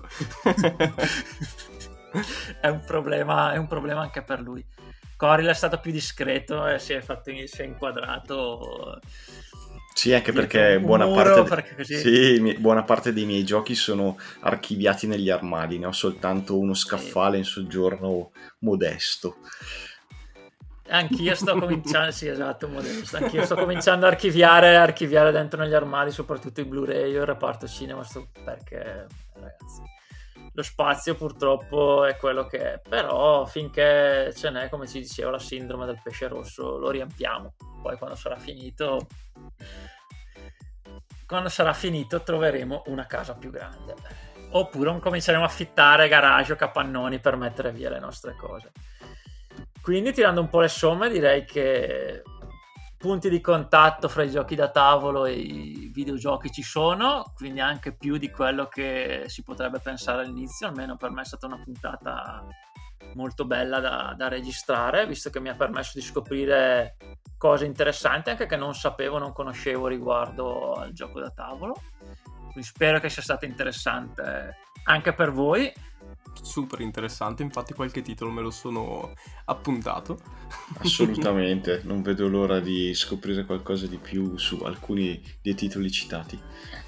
è un problema, è un problema anche per lui. Coril è stato più discreto e si è fatto si è inquadrato. Sì, anche perché buona, muro, parte de- perché così... sì, mi- buona parte dei miei giochi sono archiviati negli armadi, ne ho soltanto uno scaffale in soggiorno modesto. Anch'io sto cominciando, sì, esatto, modesto. Anch'io sto cominciando a archiviare, archiviare dentro negli armadi, soprattutto i Blu-ray. Io il reparto cinema sto perché, ragazzi, lo spazio purtroppo è quello che è, però finché ce n'è, come ci diceva la sindrome del pesce rosso, lo riempiamo. Poi quando sarà finito, quando sarà finito troveremo una casa più grande. oppure cominceremo a affittare garage o capannoni per mettere via le nostre cose. Quindi, tirando un po' le somme, direi che punti di contatto fra i giochi da tavolo e i videogiochi ci sono, quindi anche più di quello che si potrebbe pensare all'inizio. Almeno per me è stata una puntata molto bella da, da registrare, visto che mi ha permesso di scoprire cose interessanti anche che non sapevo, non conoscevo riguardo al gioco da tavolo. Quindi spero che sia stato interessante anche per voi. Super interessante, infatti qualche titolo me lo sono appuntato. Assolutamente, non vedo l'ora di scoprire qualcosa di più su alcuni dei titoli citati.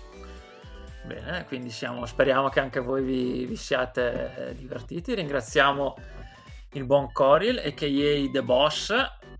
Bene, quindi siamo, speriamo che anche voi vi, vi siate divertiti. Ringraziamo il buon Coril a k a. The Boss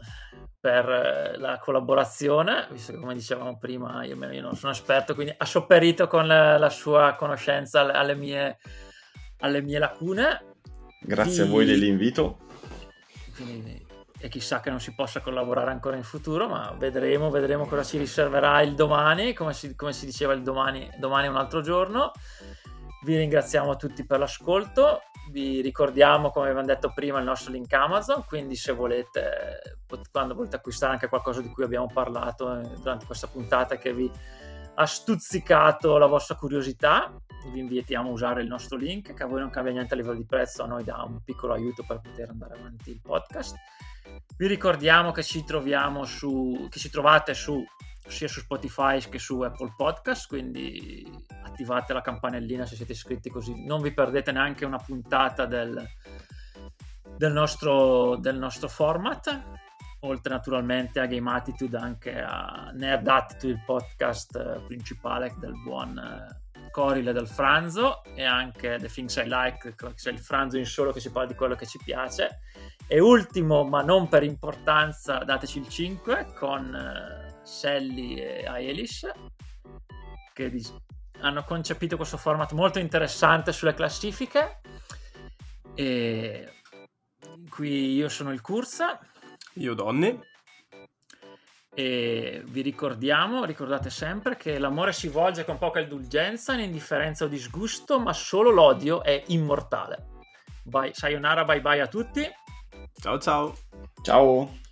per la collaborazione, visto che, come dicevamo prima, io, io non sono esperto, quindi ha sopperito con la, la sua conoscenza alle, alle mie alle mie lacune. Grazie Vi... a voi dell'invito. Quindi, e chissà che non si possa collaborare ancora in futuro, ma vedremo, vedremo cosa ci riserverà il domani, come si, come si diceva il domani, domani è un altro giorno. Vi ringraziamo tutti per l'ascolto, vi ricordiamo, come abbiamo detto prima, il nostro link Amazon, quindi se volete, quando volete acquistare anche qualcosa di cui abbiamo parlato durante questa puntata che vi ha stuzzicato la vostra curiosità, vi invitiamo a usare il nostro link, che a voi non cambia niente a livello di prezzo, a noi dà un piccolo aiuto per poter andare avanti il podcast. Vi ricordiamo che ci troviamo su che ci trovate su sia su Spotify che su Apple Podcast, quindi attivate la campanellina se siete iscritti, così non vi perdete neanche una puntata del, del nostro del nostro format. Oltre naturalmente a Game Attitude, anche a Nerd Attitude, il podcast principale del buon Coril e del Franzo, e anche The Things I Like, c'è il Franzo in solo che ci parla di quello che ci piace. E ultimo, ma non per importanza, dateci il cinque con Sally e Aelis, che hanno concepito questo format molto interessante sulle classifiche. E qui io sono il Curza. Io Donny. E vi ricordiamo, ricordate sempre che l'amore si volge con poca indulgenza, in indifferenza o disgusto, ma solo l'odio è immortale. Bye, sayonara, bye bye a tutti. Ciao ciao. Ciao.